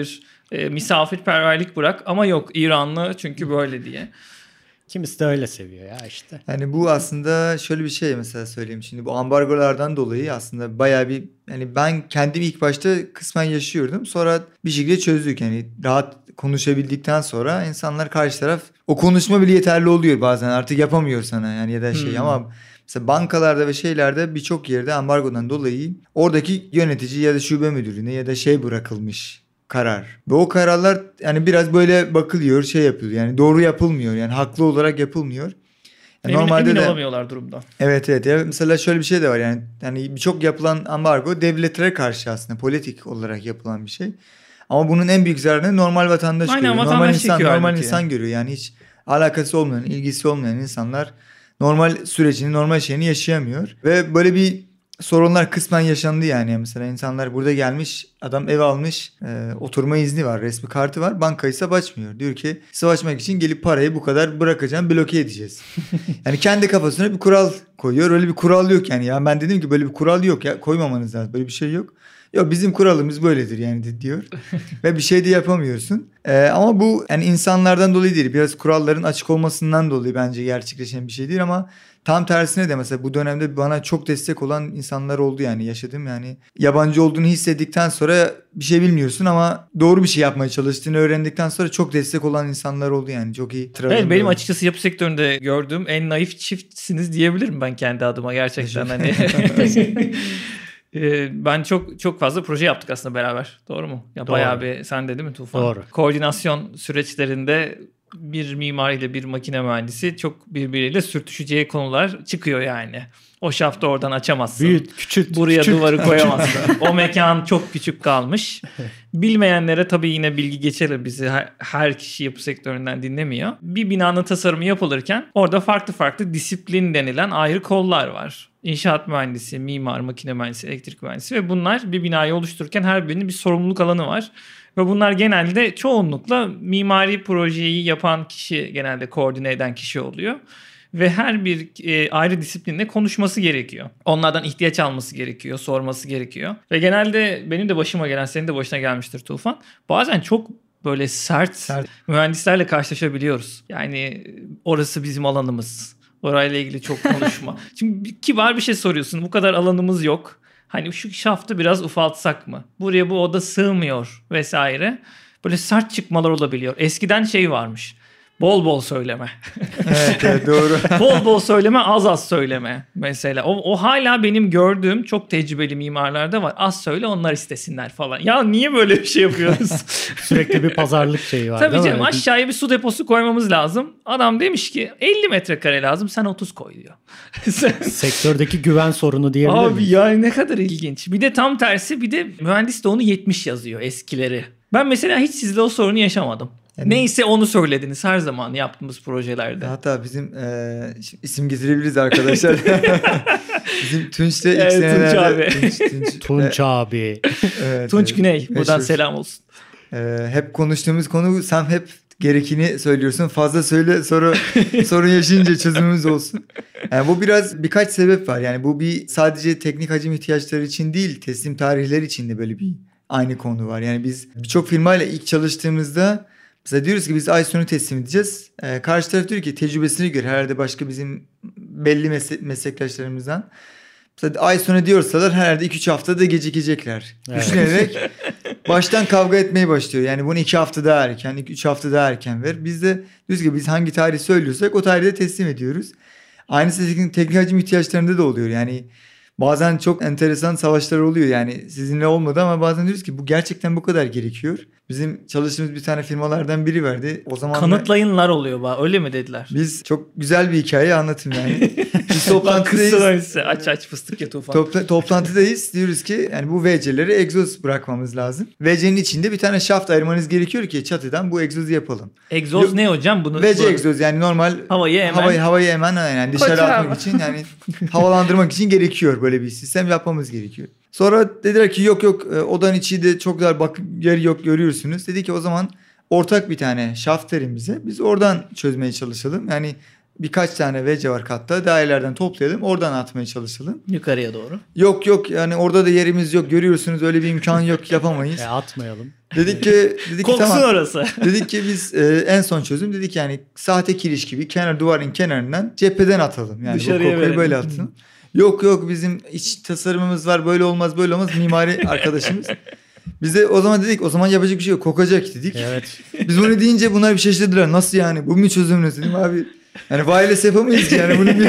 E, misafirperverlik bırak ama yok İranlı çünkü böyle diye. Kimisi de öyle seviyor ya işte. Yani bu aslında şöyle bir şey mesela söyleyeyim. Şimdi bu ambargolardan dolayı aslında bayağı bir, yani ben kendim ilk başta kısmen yaşıyordum. Sonra bir şekilde çözdük. Yani rahat konuşabildikten sonra insanlar, karşı taraf, o konuşma bile yeterli oluyor bazen. Artık yapamıyor sana yani ya da şey Hmm. ama mesela bankalarda ve şeylerde birçok yerde ambargodan dolayı oradaki yönetici ya da şube müdürüne ya da şey bırakılmış karar. Ve o kararlar yani biraz böyle bakılıyor, şey yapıyor. Yani doğru yapılmıyor. Yani haklı olarak yapılmıyor. Yani Emin, normalde emin de olamıyorlar durumdan. evet evet. Ya mesela şöyle bir şey de var yani. Yani birçok yapılan ambargo devletlere karşı aslında politik olarak yapılan bir şey. Ama bunun en büyük zararını normal vatandaş Aynen, görüyor. vatandaş Normal insan, çekiyor normal halbuki. insan görüyor. Yani hiç alakası olmayan, ilgisi olmayan insanlar normal sürecini, normal şeyini yaşayamıyor. Ve böyle bir sorunlar kısmen yaşandı yani. Mesela insanlar burada gelmiş, adam ev almış, e, oturma izni var, resmi kartı var, banka hesap açmıyor. Diyor ki hesap açmak için gelip parayı bu kadar bırakacağım, bloke edeceğiz. Yani kendi kafasına bir kural koyuyor. Öyle bir kural yok yani. Ya ben dedim ki böyle bir kural yok ya, koymamanız lazım, böyle bir şey yok. Yok bizim kuralımız böyledir yani diyor. Ve bir şey de yapamıyorsun. Ee, ama bu yani insanlardan dolayı değil. Biraz kuralların açık olmasından dolayı bence gerçekleşen bir şey değil ama tam tersine de mesela bu dönemde bana çok destek olan insanlar oldu yani yaşadım yani. Yabancı olduğunu hissettikten sonra bir şey bilmiyorsun ama doğru bir şey yapmaya çalıştığını öğrendikten sonra çok destek olan insanlar oldu yani. Çok iyi. Evet, benim açıkçası yapı sektöründe gördüğüm en naif çiftsiniz diyebilirim ben kendi adıma gerçekten. Hani ben çok çok fazla proje yaptık aslında beraber. Doğru mu? Ya Doğru. bayağı bir, sen de değil mi Tufan? Doğru. Koordinasyon süreçlerinde bir mimar ile bir makine mühendisi çok birbiriyle sürtüşeceği konular çıkıyor yani. O şaftı oradan açamazsın. Büyük, küçült. Buraya küçült. duvarı koyamazsın. O mekan çok küçük kalmış. Bilmeyenlere tabii yine bilgi geçelim, bizi her, her kişi yapı sektöründen dinlemiyor. Bir binanın tasarımı yapılırken orada farklı farklı disiplin denilen ayrı kollar var. İnşaat mühendisi, mimar, makine mühendisi, elektrik mühendisi ve bunlar bir binayı oluştururken her birinin bir sorumluluk alanı var. Ve bunlar genelde çoğunlukla mimari projeyi yapan kişi, genelde koordine eden kişi oluyor. Ve her bir e, ayrı disiplinle konuşması gerekiyor. Onlardan ihtiyaç alması gerekiyor, sorması gerekiyor. Ve genelde benim de başıma gelen, senin de başına gelmiştir Tufan. Bazen çok böyle sert, Sert. mühendislerle karşılaşabiliyoruz. Yani orası bizim alanımız. Orayla ilgili çok konuşma. Şimdi kibar bir şey soruyorsun. Bu kadar alanımız yok. Hani şu şaftı biraz ufaltsak mı? Buraya bu oda sığmıyor vesaire. Böyle sert çıkmalar olabiliyor. Eskiden şey varmış. Bol bol söyleme. Evet, evet doğru. Bol bol söyleme, az az söyleme mesela. O, o hala benim gördüğüm çok tecrübeli mimarlarda var. Az söyle, onlar istesinler falan. Ya niye böyle bir şey yapıyoruz? Sürekli bir pazarlık şeyi var. Tabii değil mi? canım, aşağıya bir su deposu koymamız lazım. Adam demiş ki elli metrekare lazım, sen otuz koy diyor. Sektördeki güven sorunu diyebilir Abi miyiz? yani ne kadar ilginç. Bir de tam tersi, bir de mühendis de onu yetmiş yazıyor, eskileri. Ben mesela hiç sizle o sorunu yaşamadım. Yani- Neyse onu söylediniz her zaman yaptığımız projelerde. Hatta bizim e, şimdi isim getirebiliriz arkadaşlar. Bizim Tunç'ta ilk Evet, Tunç senelerde. abi. Tunç, Tunç, Tunç abi. evet, Tunç evet. Güney, buradan Meşhur. selam olsun. E, hep konuştuğumuz konu, sen hep gerekeni söylüyorsun. Fazla söyle, sonra sorun yaşayınca çözümümüz olsun. Yani bu biraz birkaç sebep var. Yani bu bir sadece teknik hacim ihtiyaçları için değil, teslim tarihleri için de böyle bir aynı konu var. Yani biz birçok firmayla ilk çalıştığımızda mesela diyoruz ki biz ay sonu teslim edeceğiz. Ee, karşı taraf diyor ki tecrübesine göre, herhalde başka bizim belli mesle- meslektaşlarımızdan. Mesela ay sonu diyorsalar herhalde iki üç haftada gecikecekler. Evet. Düşünerek baştan kavga etmeye başlıyor. Yani bunu iki hafta daha erken, iki üç hafta daha erken ver. Biz de diyoruz ki biz hangi tarih söylüyorsak o tarihte teslim ediyoruz. Aynısı teknik, teknik hacim ihtiyaçlarında da oluyor. Yani bazen çok enteresan savaşlar oluyor. Yani sizinle olmadı ama bazen diyoruz ki bu gerçekten bu kadar gerekiyor. Bizim çalıştığımız bir tane firmalardan biri verdi. O zaman Kanıtlayınlar oluyor bana, öyle mi dediler? biz çok güzel bir hikaye anlatayım yani. Biz toplantıdayız. Toplantıdayız. Aç aç fıstık ya Tufan. Topla- toplantıdayız. Diyoruz ki yani bu V C'leri egzoz bırakmamız lazım. V C'nin içinde bir tane şaft ayırmanız gerekiyor ki çatıdan bu egzozu yapalım. Egzoz Yok. ne hocam? Bunu V C bu- egzoz yani normal Havayı hemen. havayı, havayı hemen yani dışarı Koçu atmak hava. için, yani havalandırmak için gerekiyor, böyle bir sistem yapmamız gerekiyor. Sonra dediler ki yok yok e, odanın içi de çok dar, bak yer yok görüyorsunuz. Dedi ki o zaman ortak bir tane şaft verin bize. Biz oradan çözmeye çalışalım. Yani birkaç tane W C var katta. Dairelerden toplayalım. Oradan atmaya çalışalım. Yukarıya doğru. Yok yok yani orada da yerimiz yok. Görüyorsunuz öyle bir imkan yok. Yapamayız. E, atmayalım. Dedik ki dedik ki Koksun tamam. orası. Dedik ki biz e, en son çözüm dedik yani sahte kiriş gibi kenar duvarın kenarından cepheden atalım. Yani Dışarıya bu kokuyu verelim. böyle atalım. Yok yok bizim iç tasarımımız var böyle olmaz böyle olmaz mimari arkadaşımız. Bize o zaman dedik o zaman yapacak bir şey yok kokacak dedik. Evet. Biz bunu deyince bunlar bir şaşırdılar. Nasıl yani bu mu çözümünüz dedim abi. Yani wireless yapamayız ki yani bunu bir,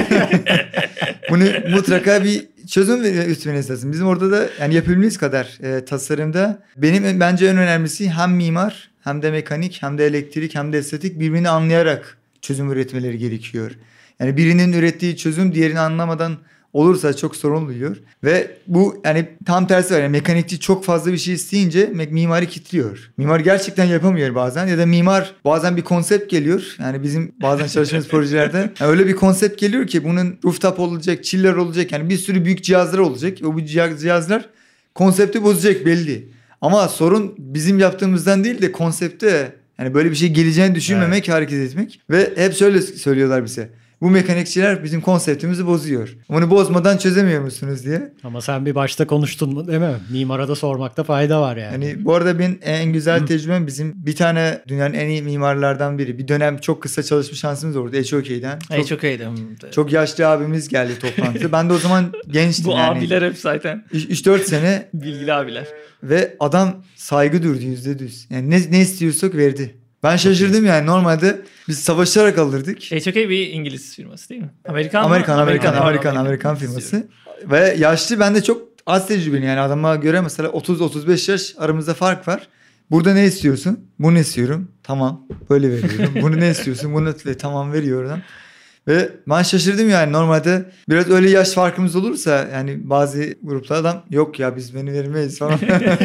bunu mutlaka bir çözüm üretmeniz lazım. Bizim orada da yani yapabildiğimiz kadar e, tasarımda benim bence en önemlisi hem mimar hem de mekanik hem de elektrik hem de estetik birbirini anlayarak çözüm üretmeleri gerekiyor. Yani birinin ürettiği çözüm diğerini anlamadan olursa çok sorun oluyor. Ve bu yani tam tersi var. Yani mekanikçi çok fazla bir şey isteyince mimari kilitliyor. Mimar gerçekten yapamıyor bazen. Ya da mimar bazen bir konsept geliyor. Yani bizim bazen çalıştığımız projelerde yani öyle bir konsept geliyor ki bunun rooftop olacak, chiller olacak. Yani bir sürü büyük cihazlar olacak. O bu cihazlar konsepti bozacak belli. Ama sorun bizim yaptığımızdan değil de konsepte. Yani böyle bir şey geleceğini düşünmemek, evet. Hareket etmek. Ve hep şöyle söylüyorlar bize. Bu mekanikçiler bizim konseptimizi bozuyor. Bunu bozmadan çözemiyor musunuz diye. Ama sen bir başta konuştun mu değil mi? Mimara da sormakta fayda var yani. Yani bu arada benim en güzel tecrübem bizim bir tane dünyanın en iyi mimarlardan biri. Bir dönem çok kısa çalışma şansımız oldu H O K'den. Çok, çok iyiydi. Çok yaşlı abimiz geldi toplantıya. Ben de o zaman gençtim Bu yani. Bu abiler hep zaten. üç dört sene. Bilgili abiler. Ve adam saygı duydu yüzde yüz. Yani ne, ne istiyorsak verdi. Ben şaşırdım yani normalde biz savaşarak alırdık. H O K bir İngiliz firması değil mi? Amerikan Amerikan mı? Amerikan Amerikan Amerikan, Amerikan, Amerikan firması. Ve yaşlı ben de çok az tecrübeli yani adama göre mesela otuz otuz beş yaş aramızda fark var. Burada ne istiyorsun? Bunu istiyorum. Tamam. Böyle veriyorum. Bunu ne istiyorsun? Bunu tamam veriyorum. Ve ben şaşırdım yani normalde biraz öyle yaş farkımız olursa yani bazı gruplar adam yok ya biz beni vermeyiz falan.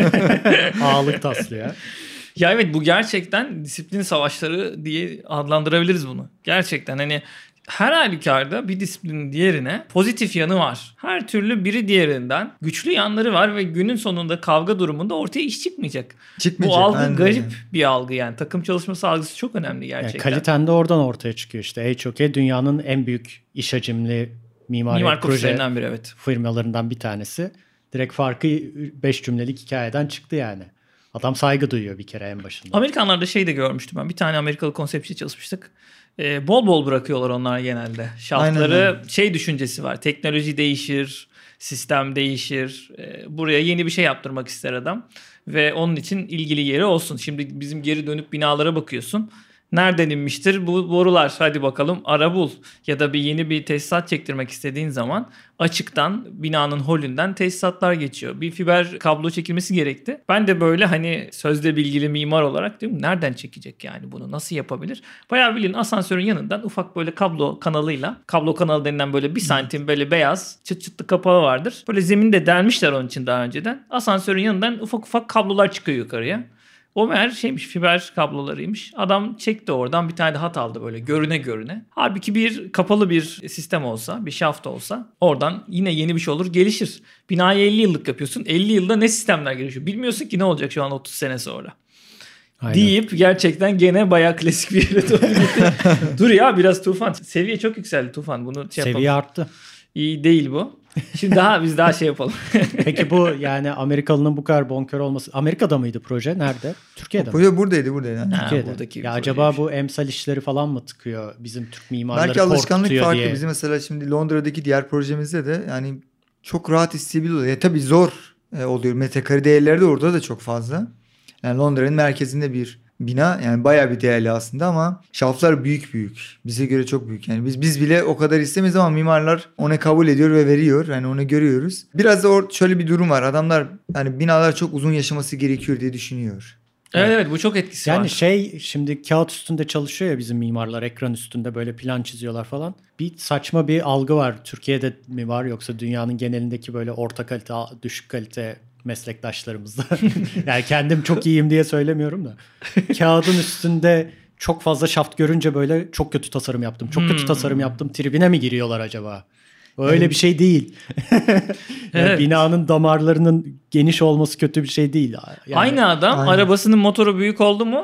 Ağalık taslıyor. Ya evet bu gerçekten disiplin savaşları diye adlandırabiliriz bunu. Gerçekten hani her halükarda bir disiplinin diğerine pozitif yanı var. Her türlü biri diğerinden güçlü yanları var ve günün sonunda kavga durumunda ortaya iş çıkmayacak. Çıkmayacak. Bu algı aynen. garip bir algı yani. Takım çalışması algısı çok önemli gerçekten. Yani kaliten de oradan ortaya çıkıyor işte. H O K dünyanın en büyük iş hacimli mimari Mimar proje biri, evet. firmalarından bir tanesi. Direkt farkı beş cümlelik hikayeden çıktı yani. Adam saygı duyuyor bir kere en başında. Amerikanlarda şey de görmüştüm ben. Bir tane Amerikalı konseptçi çalışmıştık. Ee, bol bol bırakıyorlar onlar genelde. Şaftları aynen. Şey düşüncesi var. Teknoloji değişir, sistem değişir. Ee, buraya yeni bir şey yaptırmak ister adam. Ve onun için ilgili yeri olsun. Şimdi bizim geri dönüp binalara bakıyorsun. Nereden inmiştir bu borular? Hadi bakalım ara bul. Ya da bir yeni bir tesisat çektirmek istediğin zaman açıktan binanın holünden tesisatlar geçiyor. Bir fiber kablo çekilmesi gerekti. Ben de böyle hani sözde bilgili mimar olarak diyorum nereden çekecek yani bunu nasıl yapabilir? Bayağı bilin asansörün yanından ufak böyle kablo kanalıyla kablo kanalı denilen böyle bir santim böyle beyaz çıt çıtlı kapağı vardır. Böyle zeminde delmişler onun için daha önceden. Asansörün yanından ufak ufak kablolar çıkıyor yukarıya. O meğer şeymiş fiber kablolarıymış. Adam çekti oradan bir tane de hat aldı böyle görüne görüne. Halbuki bir kapalı bir sistem olsa, bir şaft olsa oradan yine yeni bir şey olur gelişir. Binayı elli yıllık yapıyorsun. elli yılda ne sistemler gelişiyor? Bilmiyorsun ki ne olacak şu an otuz sene sonra. Aynen. Deyip gerçekten gene bayağı klasik bir yere doğru gitti. Dur ya biraz Tufan. Seviye çok yükseldi Tufan. Bunu şey Seviye yapalım. arttı. İyi değil bu. Şimdi daha biz daha şey yapalım. Peki bu yani Amerikalı'nın bu kadar bonkör olması. Amerika'da mıydı proje? Nerede? Türkiye'de mi? Proje buradaydı buradaydı. Ha, Türkiye'de. Buradaki ya acaba bu emsal işleri falan mı tıkıyor? Bizim Türk mimarları belki alışkanlık korkutuyor farklı. diye. Bizim mesela şimdi Londra'daki diğer projemizde de yani çok rahat isteyebiliyorlar. Ya tabii zor e, oluyor. Metrekare değerleri de orada da çok fazla. Yani Londra'nın merkezinde bir bina yani bayağı bir değerli aslında ama şaftlar büyük büyük. Bize göre çok büyük. Yani biz biz bile o kadar istemeyiz ama mimarlar onu kabul ediyor ve veriyor. Yani onu görüyoruz. Biraz da orada şöyle bir durum var. Adamlar yani binalar çok uzun yaşaması gerekiyor diye düşünüyor. Evet evet bu çok etkisi yani var. Yani şey şimdi kağıt üstünde çalışıyor ya bizim mimarlar ekran üstünde böyle plan çiziyorlar falan. Bir saçma bir algı var. Türkiye'de mi var yoksa dünyanın genelindeki böyle orta kalite düşük kalite meslektaşlarımızda. Yani kendim çok iyiyim diye söylemiyorum da. Kağıdın üstünde çok fazla şaft görünce böyle çok kötü tasarım yaptım. Çok hmm. kötü tasarım yaptım. Tribine mi giriyorlar acaba? Öyle evet. bir şey değil. Yani evet. Binanın damarlarının geniş olması kötü bir şey değil. Yani, aynı adam aynen. Arabasının motoru büyük oldu mu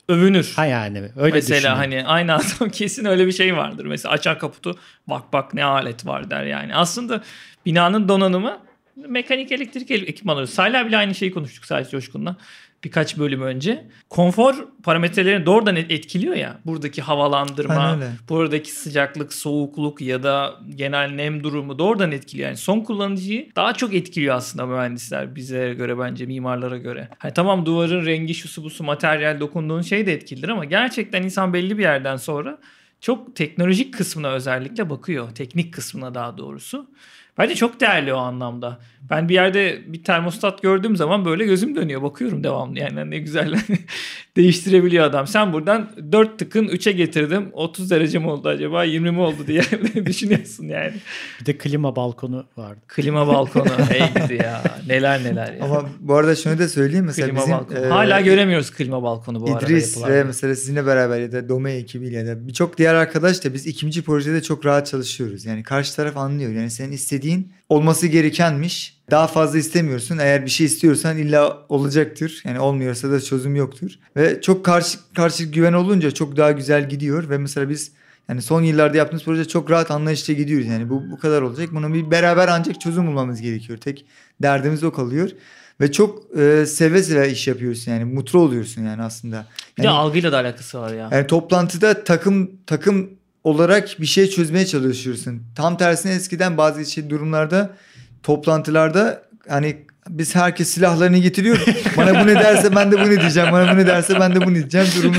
övünür. Ha yani öyle Mesela düşünün. hani aynı adam kesin öyle bir şey vardır. Mesela açar kaputu, bak bak ne alet var der yani. Aslında binanın donanımı mekanik elektrik ekipmanları. Salih bile aynı şeyi konuştuk Salih Coşkun'la birkaç bölüm önce. Konfor parametrelerini doğrudan etkiliyor ya. Buradaki havalandırma, buradaki sıcaklık, soğukluk ya da genel nem durumu doğrudan etkiliyor. Yani son kullanıcıyı daha çok etkiliyor aslında mühendisler bize göre, bence mimarlara göre. Hani tamam, duvarın rengi, şusu busu, materyal, dokunduğun şey de etkilidir ama gerçekten insan belli bir yerden sonra çok teknolojik kısmına özellikle bakıyor. Teknik kısmına daha doğrusu. Bence çok değerli o anlamda. Ben bir yerde bir termostat gördüğüm zaman böyle gözüm dönüyor. Bakıyorum devamlı. Yani ne güzel değiştirebiliyor adam. Sen buradan dört tıkın üçe getirdim. otuz derece mi oldu acaba? yirmi mi oldu diye düşünüyorsun yani. Bir de klima balkonu vardı. Klima balkonu. Hey gidi ya. Neler neler ya. Ama bu arada şunu da söyleyeyim. Mesela klima bizim balkonu. e, Hala göremiyoruz klima balkonu bu arada. İdris ve mesela sizinle beraber ya da Dome ekibiyle ya da birçok diğer arkadaş da biz ikinci projede çok rahat çalışıyoruz. Yani karşı taraf anlıyor. Yani senin istediğin olması gerekenmiş. Daha fazla istemiyorsun. Eğer bir şey istiyorsan illa olacaktır. Yani olmuyorsa da çözüm yoktur. Ve çok karşı karşı güven olunca çok daha güzel gidiyor. Ve mesela biz yani son yıllarda yaptığımız proje çok rahat anlayışla gidiyoruz. Yani bu bu kadar olacak. Buna bir beraber ancak çözüm bulmamız gerekiyor. Tek derdimiz o kalıyor. Ve çok e, seve seve iş yapıyorsun yani. Mutlu oluyorsun yani aslında. Yani, bir de algıyla da alakası var ya. Yani toplantıda takım takım olarak bir şey çözmeye çalışıyorsun. Tam tersine eskiden bazı şey durumlarda toplantılarda hani biz herkes silahlarını getiriyor. Bana bu ne derse ben de bunu diyeceğim. Bana bu ne derse ben de bunu diyeceğim. Durumu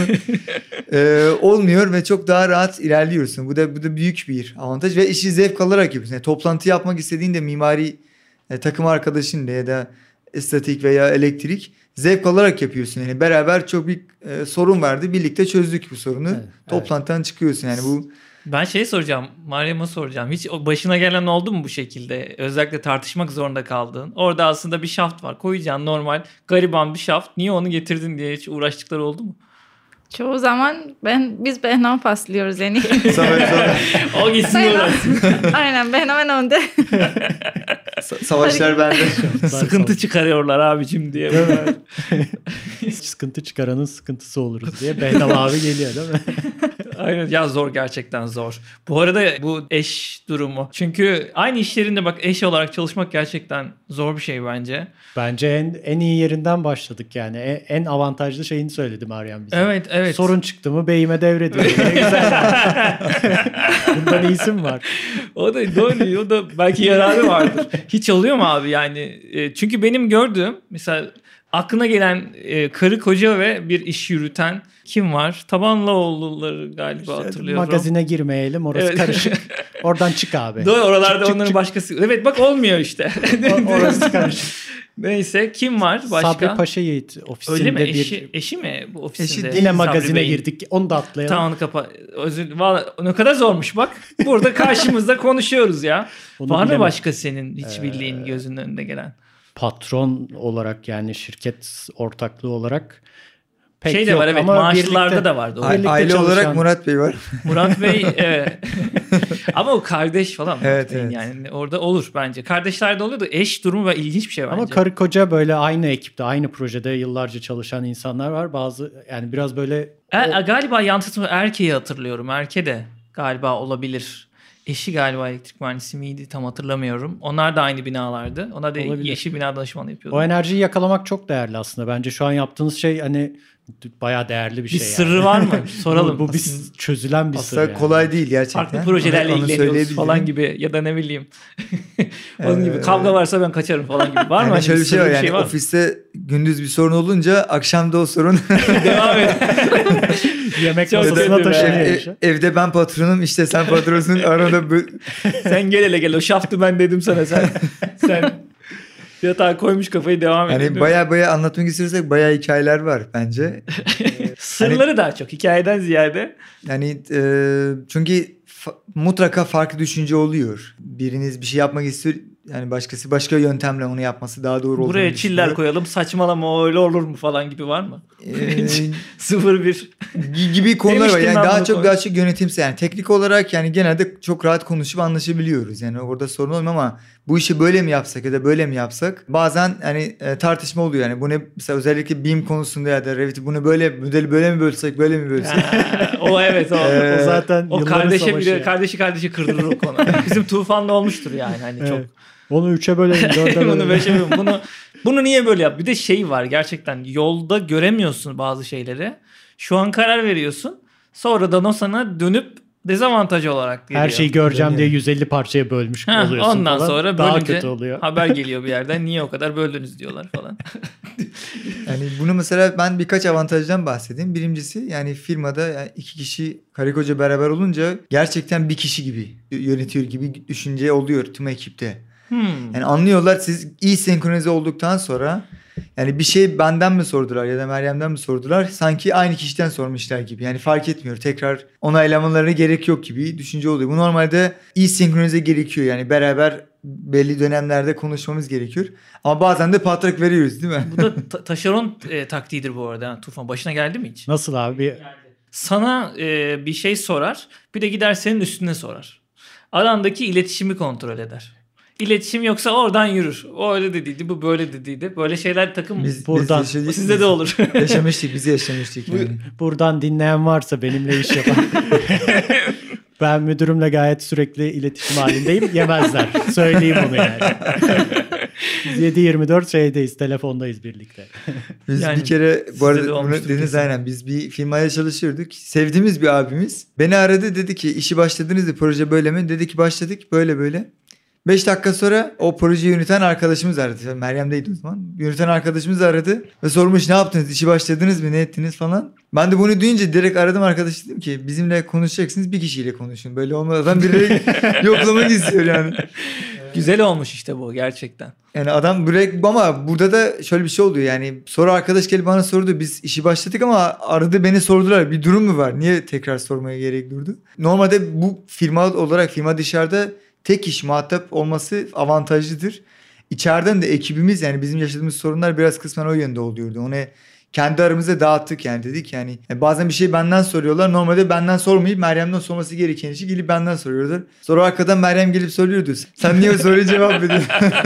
e, olmuyor ve çok daha rahat ilerliyorsun. Bu da bu da büyük bir avantaj ve işi zevk alarak yapıyorsun. Yani toplantı yapmak istediğinde mimari e, takım arkadaşınla ya da estetik veya elektrik zevk alarak yapıyorsun. Yani beraber çok bir e, sorun vardı. Birlikte çözdük bu sorunu. Evet, Toplantıdan evet. çıkıyorsun yani bu. Ben şey soracağım, Meryem'e soracağım. Hiç başına gelen oldu mu bu şekilde? Özellikle tartışmak zorunda kaldığın. Orada aslında bir şaft var. Koyacaksın normal, gariban bir şaft. Niye onu getirdin diye hiç uğraştıkları oldu mu? Çoğu zaman ben biz Behnan paslıyoruz yani. O gitsin uğraşsın. Aynen, Behnan önde. Savaşlar bende. Sıkıntı çıkarıyorlar abicim diye. Sıkıntı çıkaranın sıkıntısı oluruz diye Behnan abi geliyor değil mi? Aynen ya, zor, gerçekten zor. Bu arada bu eş durumu. Çünkü aynı iş yerinde bak, eş olarak çalışmak gerçekten zor bir şey bence. Bence en en iyi yerinden başladık yani. En, en avantajlı şeyini söyledi Meryem bize. Evet evet. Sorun çıktı mı beyime devrediyor. Ne güzel. Bundan iyisi mi var? O da doğru. O da belki yararı vardır. Hiç oluyor mu abi yani? E, çünkü benim gördüğüm mesela aklına gelen e, karı koca ve bir iş yürüten kim var? Tabanlıoğulları galiba işte, hatırlıyorum. Magazine girmeyelim, orası evet. Karışık. Oradan çık abi. Doğru, oralarda çık, onların çık, başkası. Evet bak, olmuyor işte. o, orası karışık. Neyse, kim var başka? Sabri Paşa Yiğit ofisinde. Öyle mi? Bir... Eşi, eşi mi bu ofisinde? Eşi, yine magazine girdik. Onu da atlayalım. Tamam, kapa. Özür, vallahi ne kadar zormuş bak. Burada karşımızda konuşuyoruz ya. Onu var mı başka senin hiç bildiğin, ee... gözünün önünde gelen? Patron olarak yani şirket ortaklığı olarak pek şey de yok. var evet, ama maaşlılarda birlikte, da vardı. Birlikte aile çalışan... olarak Murat Bey var. Murat Bey evet. Ama o kardeş falan. Evet, evet. Yani orada olur bence. Kardeşlerde oluyor da eş durumu ve ilginç bir şey bence. Ama karı koca böyle aynı ekipte, aynı projede yıllarca çalışan insanlar var. Bazı yani biraz böyle... E, o... Galiba yansıtma Erkeği hatırlıyorum. Erke de galiba olabilir. Eşi galiba elektrik mühendisi miydi, tam hatırlamıyorum. Onlar da aynı binalardı. Onlar da olabilir. Yeşil bina danışmanlığı yapıyordu. O enerjiyi yakalamak çok değerli aslında. Bence şu an yaptığınız şey hani bayağı değerli bir, bir şey. Bir sırrı yani. Var mı? Soralım. bu bu bir çözülen bir aslında sır. Aslında yani. kolay değil gerçekten. Farklı projelerle onu, ilgileniyoruz onu falan gibi ya da ne bileyim. Onun gibi kavga varsa ben kaçarım falan gibi. Var yani mı? Hani şöyle bir şey var, yani şey var. Ofiste gündüz bir sorun olunca akşam da o sorun devam et. Yemek masasına taşınıyor. Ev, evde ben patronum, işte sen patronsun. Arada bu... Sen gel hele gel, o şaftı ben dedim sana, sen sen yatağa koymuş kafayı, devam et. Yani baya baya anlatmak istiyorsak baya hikayeler var bence. Sırları hani, daha çok hikayeden ziyade. Yani e, çünkü fa- mutlaka farklı düşünce oluyor. Biriniz bir şey yapmak istiyor, yani başkası başka yöntemle onu yapması daha doğru olduğunu Buraya çiller koyalım, saçmalama o öyle olur mu falan gibi var mı? Ee, sıfır bir gibi konular var. Demiştim Yani ben daha bunu çok koy- daha çok yönetimsel. Yani teknik olarak yani genelde çok rahat konuşup anlaşabiliyoruz. Yani orada sorun olmuyor ama bu işi böyle mi yapsak ya da böyle mi yapsak bazen hani e, tartışma oluyor. Yani bu ne mesela özellikle B I M konusunda ya da Revit'i bunu böyle modeli böyle mi bölsek böyle mi bölsek? Ha, o evet o. Ee, O zaten O yılların kardeşe savaşı bile yani. kardeşi kardeşi kırdırır o konu. Bizim Tufan'la olmuştur yani hani çok. Evet. Onu üçe bölelim, dörde bunu bölelim. beşe bölelim. Bunu bunu niye böyle yap? Bir de şey var gerçekten yolda göremiyorsun bazı şeyleri. Şu an karar veriyorsun. Sonradan o sana dönüp dezavantaj olarak geliyor. Her şeyi göreceğim diye yüz elli parçaya bölmüş Ha, oluyorsun ondan falan. sonra Daha bölünce kötü oluyor. haber geliyor bir yerden. Niye o kadar böldünüz diyorlar falan. Yani bunu mesela ben birkaç avantajdan bahsedeyim. Birincisi yani firmada yani iki kişi karı koca beraber olunca gerçekten bir kişi gibi yönetiyor gibi düşünce oluyor tüm ekipte. Hmm. Yani anlıyorlar siz iyi senkronize olduktan sonra yani bir şey benden mi sordular ya da Meryem'den mi sordular sanki aynı kişiden sormuşlar gibi. Yani fark etmiyor tekrar onaylamalarına gerek yok gibi düşünce oluyor. Bu normalde iyi senkronize gerekiyor yani beraber belli dönemlerde konuşmamız gerekiyor. Ama bazen de patrak veriyoruz değil mi? Bu da ta- taşeron e, taktiğidir bu arada. Yani Tufan başına geldi mi hiç? Nasıl abi? Bir Sana e, bir şey sorar. Bir de gider senin üstüne sorar. Arandaki iletişimi kontrol eder. İletişim yoksa oradan yürür. O öyle dediydi, bu böyle dediydi. Böyle şeyler takım Biz, Buradan. biz yaşadık, sizde de olur. yaşamıştık, bizi yaşamıştık yani. buradan dinleyen varsa benimle iş yapan. Ben müdürümle gayet sürekli iletişim halindeyim. Yemezler. Söyleyeyim bunu yani. Biz yedi yirmi dört şeydeyiz. Telefondayız birlikte. Biz Yani bir kere bu sizde de arada bunu olmuştur dediniz kesin. aynen biz bir firmaya çalışıyorduk. Sevdiğimiz bir abimiz beni aradı dedi ki işi başladınız mı proje böyle mi? Dedi ki başladık böyle böyle. beş dakika sonra o projeyi yöneten arkadaşımız aradı. Meryem'deydi o zaman. Yöneten arkadaşımız aradı ve sormuş ne yaptınız? İşi başladınız mı? Ne ettiniz falan. Ben de bunu duyunca direkt aradım arkadaşı dedim ki bizimle konuşacaksınız bir kişiyle konuşun. Böyle olmadan biri yoklamak istiyor yani. Güzel olmuş işte bu gerçekten. Yani adam direkt ama burada da şöyle bir şey oluyor yani sonra arkadaş gelip bana sordu biz işi başladık ama aradı beni sordular bir durum mu var niye tekrar sormaya gerek durdu. Normalde bu firma olarak firma dışarıda tek kişi muhatap olması avantajlıdır. İçeriden de ekibimiz yani bizim yaşadığımız sorunlar biraz kısmen o yönde oluyordu. Onu kendi aramızda dağıttık yani dedik yani. yani bazen bir şey benden soruyorlar. Normalde benden sormayıp Meryem'den sorması gereken işi gelip benden soruyorlar. Sonra arkadan Meryem gelip soruyordu. Sen niye soruya cevap veriyorsun?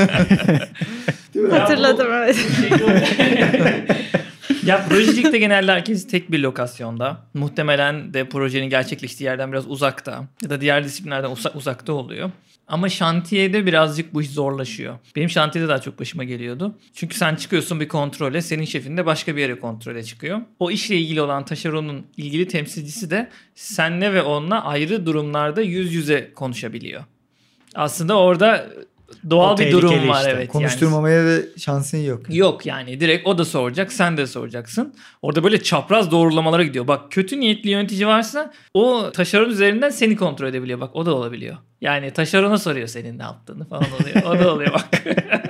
Hatırladım evet. Ya projecilikte genelde herkes tek bir lokasyonda. Muhtemelen de projenin gerçekleştiği yerden biraz uzakta. Ya da diğer disiplinlerden uza- uzakta oluyor. Ama şantiyede birazcık bu iş zorlaşıyor. Benim şantiyede daha çok başıma geliyordu. Çünkü sen çıkıyorsun bir kontrole, senin şefin de başka bir yere kontrole çıkıyor. O işle ilgili olan taşeronun ilgili temsilcisi de senle ve onunla ayrı durumlarda yüz yüze konuşabiliyor. Aslında orada doğal O bir durum tehlikeli var işte. evet. Yani. Konuşturmamaya da şansın yok. Yok yani direkt o da soracak sen de soracaksın. Orada böyle çapraz doğrulamalara gidiyor. Bak kötü niyetli yönetici varsa o taşeron üzerinden seni kontrol edebiliyor. Bak o da olabiliyor. Yani taşerona soruyor senin ne yaptığını falan oluyor. O da oluyor bak.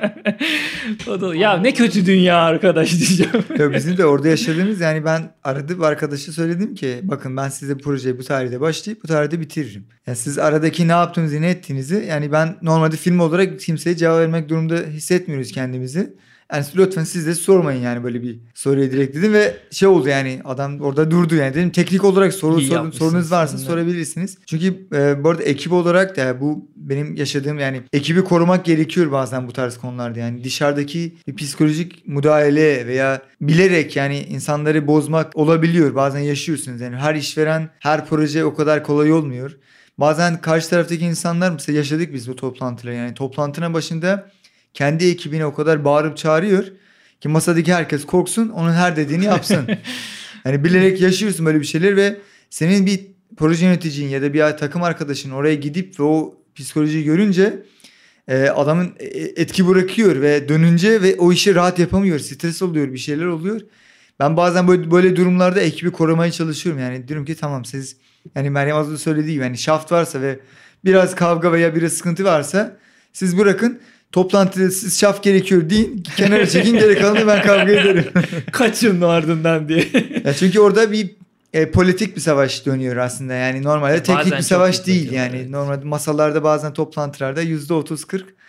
O da oluyor. Ya ne kötü dünya arkadaş diyeceğim. Ya bizim de orada yaşadığımız yani ben aradım arkadaşa söyledim ki bakın ben size projeyi bu tarihte başlayıp bu tarihte bitiririm. Yani siz aradaki ne yaptığınızı ne ettiğinizi yani ben normalde film olarak kimseye cevap vermek durumunda hissetmiyoruz kendimizi. Yani lütfen siz de sormayın yani böyle bir soruya direkt dedim ve şey oldu yani adam orada durdu yani dedim teknik olarak soru İyi sorun, yapmışsın sorunuz varsa sen de. sorabilirsiniz. Çünkü e, bu arada ekip olarak da bu benim yaşadığım yani ekibi korumak gerekiyor bazen bu tarz konularda yani dışarıdaki bir psikolojik müdahale veya bilerek yani insanları bozmak olabiliyor bazen yaşıyorsunuz yani her işveren her proje o kadar kolay olmuyor. Bazen karşı taraftaki insanlar mesela yaşadık biz bu toplantıları yani toplantının başında kendi ekibine o kadar bağırıp çağırıyor ki masadaki herkes korksun onun her dediğini yapsın. Yani bilerek yaşıyorsun böyle bir şeyler ve senin bir proje yöneticin ya da bir takım arkadaşın oraya gidip ve o psikolojiyi görünce e, adamın etki bırakıyor ve dönünce ve o işi rahat yapamıyor. Stres oluyor bir şeyler oluyor. Ben bazen böyle, böyle durumlarda ekibi korumaya çalışıyorum. Yani diyorum ki tamam siz yani Meryem az önce söylediği gibi yani şaft varsa ve biraz kavga veya biraz sıkıntı varsa siz bırakın. Toplantıda siz şaf gerekiyor deyin. Kenara çekin geri kalanı ben kavga ederim. Kaçın ardından diye. Ya çünkü orada bir e, politik bir savaş dönüyor aslında. Yani normalde teknik Bazen bir çok savaş değil. yıpratıyorlar, Yani evet. normalde masalarda bazen toplantılarda yüzde otuz kırk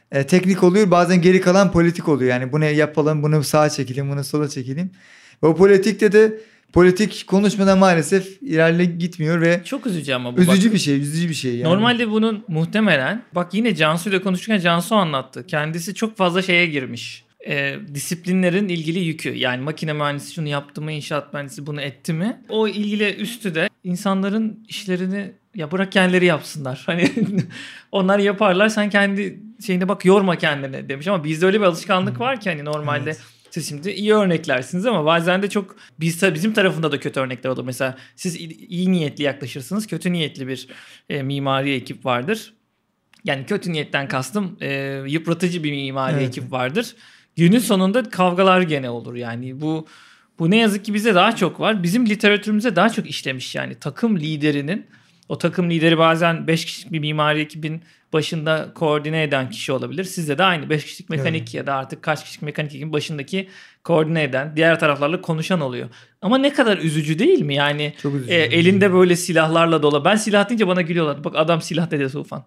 e, teknik oluyor, bazen geri kalan politik oluyor. Yani bunu yapalım, bunu sağa çekelim, bunu sola çekelim. Ve o politikte de politik konuşmadan maalesef ilerle gitmiyor ve Çok üzücü ama bu. üzücü bak. bir şey, üzücü bir şey. Yani. Normalde bunun muhtemelen bak yine Cansu ile konuşurken Cansu anlattı. Kendisi çok fazla şeye girmiş. E, disiplinlerin ilgili yükü. Yani makine mühendisi şunu yaptı mı, inşaat mühendisi bunu etti mi? O ilgili üstü de insanların işlerini ya bırak kendileri yapsınlar. Hani onlar yaparlar, sen kendi şeyine bak, yorma kendini demiş. Ama bizde öyle bir alışkanlık var ki hani normalde Evet. siz şimdi iyi örneklersiniz ama bazen de çok biz, bizim tarafında da kötü örnekler olur. Mesela siz iyi niyetli yaklaşırsınız, kötü niyetli bir e, mimari ekip vardır. Yani kötü niyetten kastım e, yıpratıcı bir mimari Evet. ekip vardır. Günün sonunda kavgalar gene olur yani. Bu bu ne yazık ki bize daha çok var. Bizim literatürümüze daha çok işlemiş yani. Takım liderinin, o takım lideri bazen beş kişilik bir mimari ekibin başında koordine eden kişi olabilir. Sizde de aynı beş kişilik mekanik Evet. ya da artık kaç kişilik mekanik ekibin başındaki koordine eden, diğer taraflarla konuşan oluyor. Ama ne kadar üzücü değil mi? Yani Çok üzücü. e, elinde böyle silahlarla dolu. Ben silah deyince bana gülüyorlar. Bak adam silah dedi Tufan.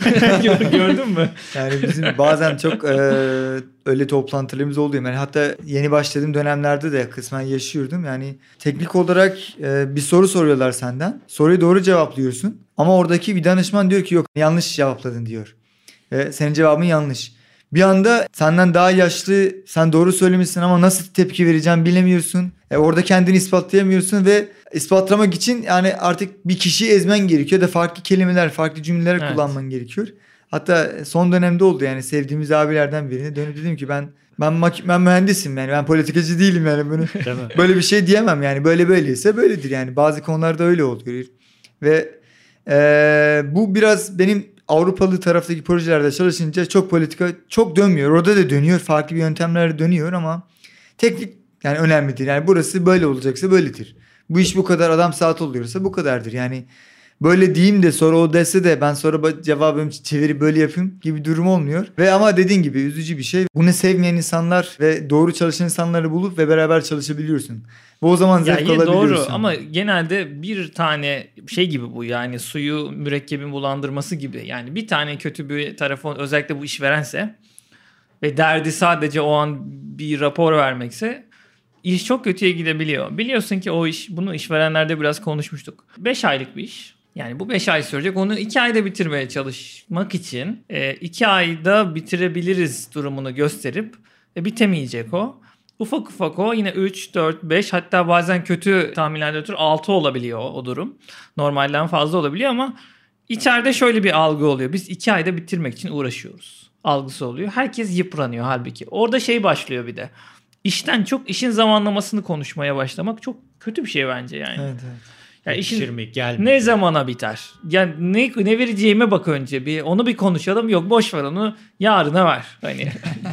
Gördün mü? Yani bizim bazen çok e, öyle toplantılarımız oluyor. Yani hatta yeni başladığım dönemlerde de kısmen yaşıyordum. Yani teknik olarak e, bir soru soruyorlar senden. Soruyu doğru cevaplıyorsun. Ama oradaki bir danışman diyor ki yok yanlış cevapladın diyor. Ve senin cevabın yanlış. Bir anda senden daha yaşlı, sen doğru söylemişsin ama nasıl tepki vereceğini bilemiyorsun. E, orada kendini ispatlayamıyorsun ve ispatlamak için yani artık bir kişiyi ezmen gerekiyor da farklı kelimeler, farklı cümleler Evet. kullanman gerekiyor. Hatta son dönemde oldu yani sevdiğimiz abilerden birine dönüp dedim ki ben ben mak- ben mühendisim yani ben politikacı değilim yani bunu Değil mi? böyle bir şey diyemem yani böyle böyleyse böyledir yani bazı konularda öyle oluyor ve e, bu biraz benim Avrupalı taraftaki projelerde çalışınca çok politika çok dönmüyor. Orada da dönüyor. Farklı bir yöntemlerle dönüyor ama teknik yani önemlidir. Yani burası böyle olacaksa böyledir. Bu iş bu kadar adam saat oluyorsa bu kadardır. Yani böyle diyeyim de sonra o dese de ben sonra cevabımı çevirip böyle yapayım gibi durum olmuyor. Ve ama dediğin gibi üzücü bir şey. Bunu sevmeyen insanlar ve doğru çalışan insanları bulup ve beraber çalışabiliyorsun. Ve o zaman Ya zevk iyi, alabiliyorsun. doğru ama genelde bir tane şey gibi bu yani suyu mürekkebin bulandırması gibi. Yani bir tane kötü bir tarafı özellikle bu işverense ve derdi sadece o an bir rapor vermekse iş çok kötüye gidebiliyor. Biliyorsun ki o iş, bunu işverenlerde biraz konuşmuştuk. beş aylık bir iş. Yani bu beş ay sürecek. Onu iki ayda bitirmeye çalışmak için iki ayda bitirebiliriz durumunu gösterip e, bitemeyecek o. Ufak ufak o yine üç, dört, beş hatta bazen kötü tahminlerden ötürü altı olabiliyor o durum. Normalden fazla olabiliyor ama içeride şöyle bir algı oluyor. Biz iki ayda bitirmek için uğraşıyoruz algısı oluyor. Herkes yıpranıyor halbuki. Orada şey başlıyor bir de. İşten çok işin zamanlamasını konuşmaya başlamak çok kötü bir şey bence yani. Evet, evet. Yani işin Yetişir mi, gelmedi. ne zamana biter? Yani ne, ne vereceğime bak önce bir onu bir konuşalım. Yok boş ver onu yarına ver. Hani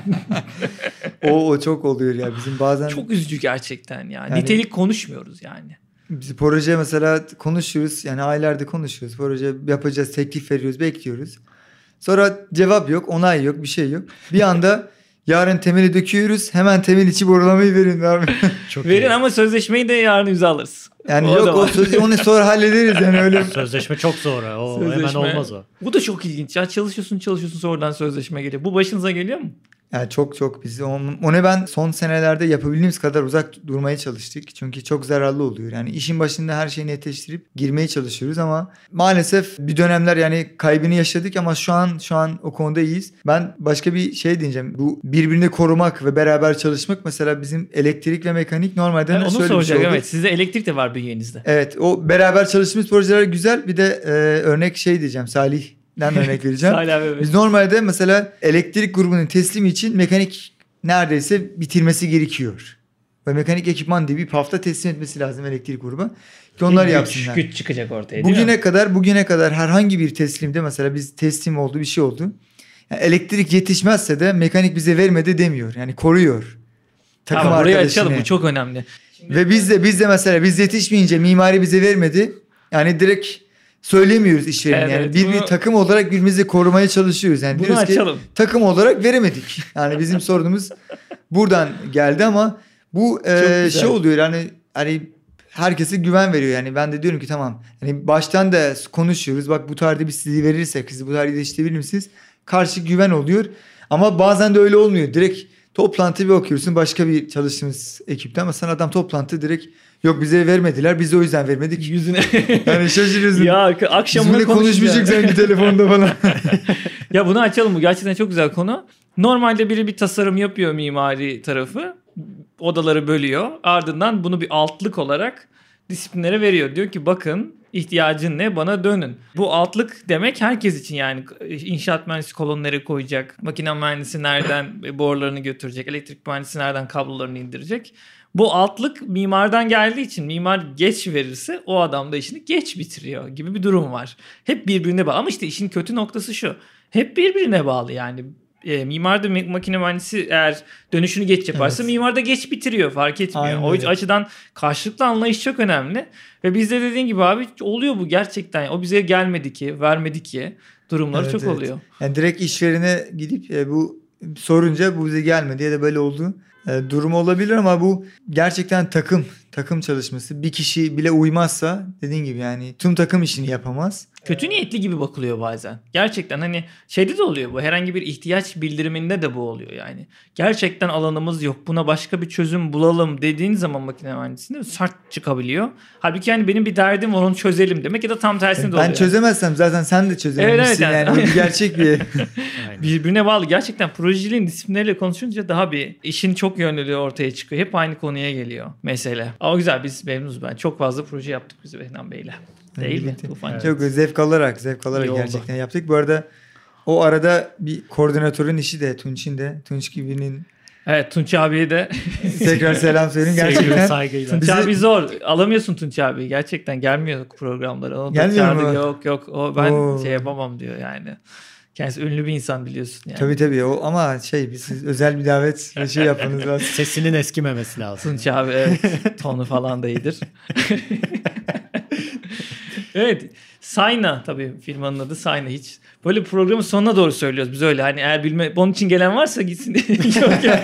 O, o çok oluyor ya bizim bazen. çok üzücü gerçekten ya. Yani- Nitelik konuşmuyoruz yani. Biz proje mesela konuşuyoruz yani aylarda konuşuyoruz. Proje yapacağız, teklif veriyoruz, bekliyoruz. Sonra cevap yok, onay yok, bir şey yok. Bir anda yarın temeli döküyoruz. Hemen temel içi borulamayı verin abi. Çok Verin iyi. ama sözleşmeyi de yarın imzalarız. Yani O da yok o var. sözü onu sonra hallederiz yani öyle. Sözleşme çok zor. ha. O Sözleşme. hemen olmaz o. Bu da çok ilginç ya. Çalışıyorsun çalışıyorsun sonradan sözleşme geliyor. Bu başınıza geliyor mu? Yani çok çok biz onu, onu ben son senelerde yapabildiğimiz kadar uzak durmaya çalıştık. Çünkü çok zararlı oluyor. Yani işin başında her şeyi netleştirip girmeye çalışıyoruz ama maalesef bir dönemler yani kaybını yaşadık ama şu an şu an o konuda iyiyiz. Ben başka bir şey diyeceğim. Bu birbirini korumak ve beraber çalışmak mesela bizim elektrik ve mekanik normalde Ben onu şöyle bir şey soracağım. oldu. Evet, sizde elektrik de var bünyenizde. Evet o beraber çalıştığımız projeler güzel. Bir de e, örnek şey diyeceğim Salih'den örnek vereceğim. Hala evet. Biz normalde mesela elektrik grubunun teslimi için mekanik neredeyse bitirmesi gerekiyor. Ve mekanik ekipman diye bir hafta teslim etmesi lazım elektrik grubu. Ki onlar güç, yapsınlar. Güç çıkacak ortaya değil Bugüne mi? kadar bugüne kadar herhangi bir teslimde mesela biz teslim oldu bir şey oldu. Yani elektrik yetişmezse de mekanik bize vermedi demiyor. Yani koruyor. Takım Tamam, burayı arkadaşını. açalım. Bu çok önemli. Ve biz de biz de mesela biz yetişmeyince mimari bize vermedi. Yani direkt söylemiyoruz işverene. Evet, yani bir, bunu- bir takım olarak birbirimizi korumaya çalışıyoruz. Yani Bunu diyoruz ki açalım. takım olarak veremedik. Yani bizim sorunumuz buradan geldi ama bu e, güzel. şey oluyor yani hani herkese güven veriyor. Yani ben de diyorum ki tamam. Hani baştan da konuşuyoruz. Bak bu tarihte biz sizi verirsek sizi bu tarihte yetiştirebilir misiniz? Karşı güven oluyor. Ama bazen de öyle olmuyor. Direkt toplantı bir okuyorsun başka bir çalıştığımız ekipte ama sana adam toplantı direkt yok bize vermediler. Biz de o yüzden vermedik. Yüzüne. Yani şaşırıyorsun. Ya akşamını Bizimle konuşmayacak sanki telefonda falan. Ya bunu açalım. Bu gerçekten çok güzel konu. Normalde biri bir tasarım yapıyor mimari tarafı. Odaları bölüyor. Ardından bunu bir altlık olarak disiplinlere veriyor. Diyor ki bakın ihtiyacın ne bana dönün. Bu altlık demek herkes için yani inşaat mühendisi kolonları koyacak. Makine mühendisi nereden borularını götürecek. Elektrik mühendisi nereden kablolarını indirecek. Bu altlık mimardan geldiği için mimar geç verirse o adam da işini geç bitiriyor gibi bir durum var. Hep birbirine bağlı ama işte işin kötü noktası şu. Hep birbirine bağlı yani. E, mimar da makine mühendisi eğer dönüşünü geç yaparsa evet. Mimar da geç bitiriyor fark etmiyor. Aynen. O açıdan karşılıklı anlayış çok önemli. Ve bizde dediğin gibi abi oluyor bu gerçekten. O bize gelmedi ki vermedi ki durumlar evet, çok evet. oluyor. Yani direkt işverene gidip e, bu sorunca bu bize gelmedi ya da böyle oldu. E, durum olabilir ama bu gerçekten takım takım çalışması. Bir kişi bile uymazsa dediğin gibi yani tüm takım işini yapamaz. Kötü niyetli gibi bakılıyor bazen. Gerçekten hani şeyde de oluyor bu. Herhangi bir ihtiyaç bildiriminde de bu oluyor yani. Gerçekten alanımız yok. Buna başka bir çözüm bulalım dediğin zaman makine mühendisliğinde sert çıkabiliyor. Halbuki yani benim bir derdim var onu çözelim demek ya da tam tersine de oluyor. Ben çözemezsem zaten sen de çözemezsin. Evet, evet, yani. yani. Gerçek bir birbirine bağlı. Gerçekten projeciliğin disiplinleriyle konuşunca daha bir işin çok yönlülüğü ortaya çıkıyor. Hep aynı konuya geliyor mesele. Ama güzel biz memnunuz ben. Çok fazla proje yaptık biz Behram Bey'le. Değil mi? Evet. Çok zevk alarak, zevk alarak İyi gerçekten oldu. Yaptık. Bu arada o arada bir koordinatörün işi de Tunç'in de. Tunç gibinin. Evet Tunç abiye de. Tekrar selam söyleyeyim. Gerçekten. Saygıyla. Tunç Bizi... abi zor. Alamıyorsun Tunç abi. Gerçekten gelmiyor programlara. Onu Gelmiyor mu? Yok yok. O ben Oo. şey yapamam diyor yani. Kendisi ünlü bir insan biliyorsun yani. Tabii tabii o ama şey biz özel bir davet şey yapmanız lazım. Sesinin eskimemesi lazım. Tunç abi evet. Tonu falan da iyidir. Evet. Sayna tabii firmanın adı Sayna hiç. Böyle programın sonuna doğru söylüyoruz biz öyle. Hani eğer bilme onun için gelen varsa gitsin. yok yok.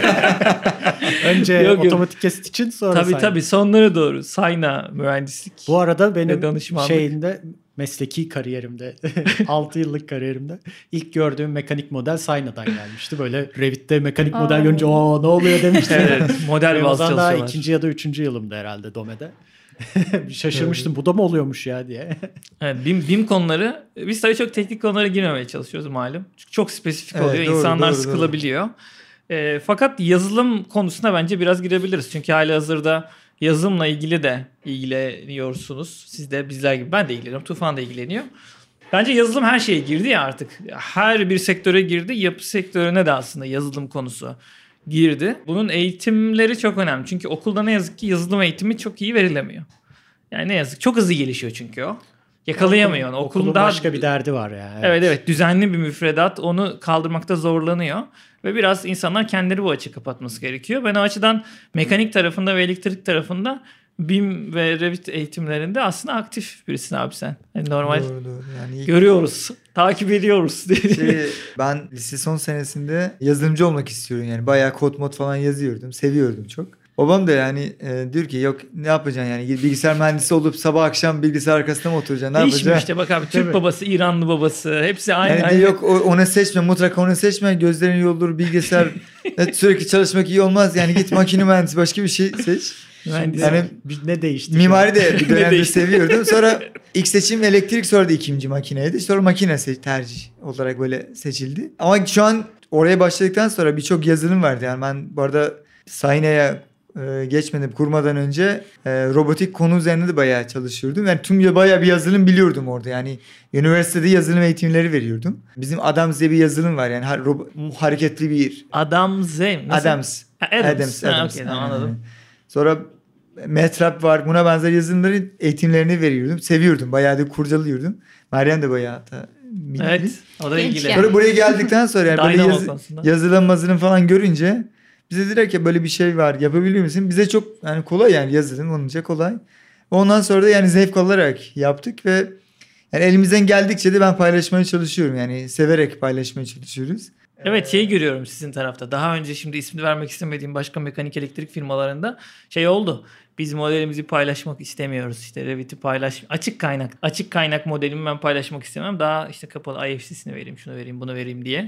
Önce yok, otomatik yok. Kesit için sonra tabii, Sayna. Tabii tabii sonlara doğru. Sayna mühendislik. Bu arada benim şeyinde mesleki kariyerimde altı yıllık kariyerimde ilk gördüğüm mekanik model Sayna'dan gelmişti. Böyle Revit'te mekanik Aa. model görünce aa ne oluyor demiştim. Evet, model bazı çalışıyorlar. Daha ikinci ya da üçüncü yılımda herhalde Dome'de. Şaşırmıştım bu da mı oluyormuş ya diye. Evet, BİM, BİM konuları biz tabii çok teknik konulara girmemeye çalışıyoruz malum. Çünkü çok spesifik evet, oluyor. Doğru, İnsanlar doğru, sıkılabiliyor. Doğru. E, fakat yazılım konusuna bence biraz girebiliriz. Çünkü halihazırda yazılımla ilgili de ilgileniyorsunuz. Siz de bizler gibi. Ben de ilgileniyorum. Tufan da ilgileniyor. Bence yazılım her şeye girdi ya artık. Her bir sektöre girdi. Yapı sektörüne de aslında yazılım konusu girdi. Bunun eğitimleri çok önemli. Çünkü okulda ne yazık ki yazılım eğitimi çok iyi verilemiyor. Yani ne yazık çok hızlı gelişiyor çünkü o. Yakalayamıyor onu. Okulun, okulun daha, başka bir derdi var ya. Evet. evet evet düzenli bir müfredat onu kaldırmakta zorlanıyor. Ve biraz insanlar kendileri bu açığı kapatması gerekiyor. Ben o açıdan mekanik tarafında ve elektrik tarafında BİM ve Revit eğitimlerinde aslında aktif birisin abi sen. Yani normal doğru, doğru. Yani görüyoruz, takip ediyoruz. Şey, ben lise son senesinde yazılımcı olmak istiyorum. Yani bayağı kod mod falan yazıyordum. Seviyordum çok. Babam da yani e, diyor ki yok ne yapacaksın yani bilgisayar mühendisi olup sabah akşam bilgisayar arkasında mı oturacaksın? Ne yapacaksın? Değişmiş işte bak abi Türk babası, İranlı babası hepsi aynı. Yani aynı. Yok ona seçme mutlaka onu seçme gözlerin yoldur bilgisayar sürekli çalışmak iyi olmaz. Yani git makine mühendisi başka bir şey seç. Mühendis yani ne değişti? Mimari de bir dönemde seviyordum. Sonra ilk seçim elektrik sonra da ikinci makineydi. Sonra makine tercih olarak böyle seçildi. Ama şu an oraya başladıktan sonra birçok yazılım vardı. Yani ben bu arada Sayna'ya e, geçmedim kurmadan önce e, robotik konu üzerinde de bayağı çalışıyordum. Yani tüm bayağı bir yazılım biliyordum orada. Yani üniversitede yazılım eğitimleri veriyordum. Bizim Adams diye bir yazılım var. Yani robo, hareketli bir. Adams nasıl? Adams. Ha, Adams. Adams. Ha, Adams. Okay, tamam, anladım. Sonra MATLAB var. Buna benzer yazılımların eğitimlerini veriyordum. Seviyordum. Bayağı da kurcalıyordum. Meryem de bayağı hatta. Evet. O da ilgili. Sonra buraya geldikten sonra yani böyle yaz, yazılım mazılım falan görünce bize dediler ki böyle bir şey var. Yapabiliyor musun? Bize çok yani kolay yani yazılım olunca kolay. Ondan sonra da yani zevk alarak yaptık ve yani elimizden geldikçe de ben paylaşmaya çalışıyorum. Yani severek paylaşmaya çalışıyoruz. Evet şeyi görüyorum sizin tarafta. Daha önce şimdi ismini vermek istemediğim başka mekanik elektrik firmalarında şey oldu. Biz modelimizi paylaşmak istemiyoruz. İşte Revit'i paylaş açık kaynak. Açık kaynak modelimi ben paylaşmak istemem. Daha işte kapalı I F C'sini vereyim, şunu vereyim, bunu vereyim diye.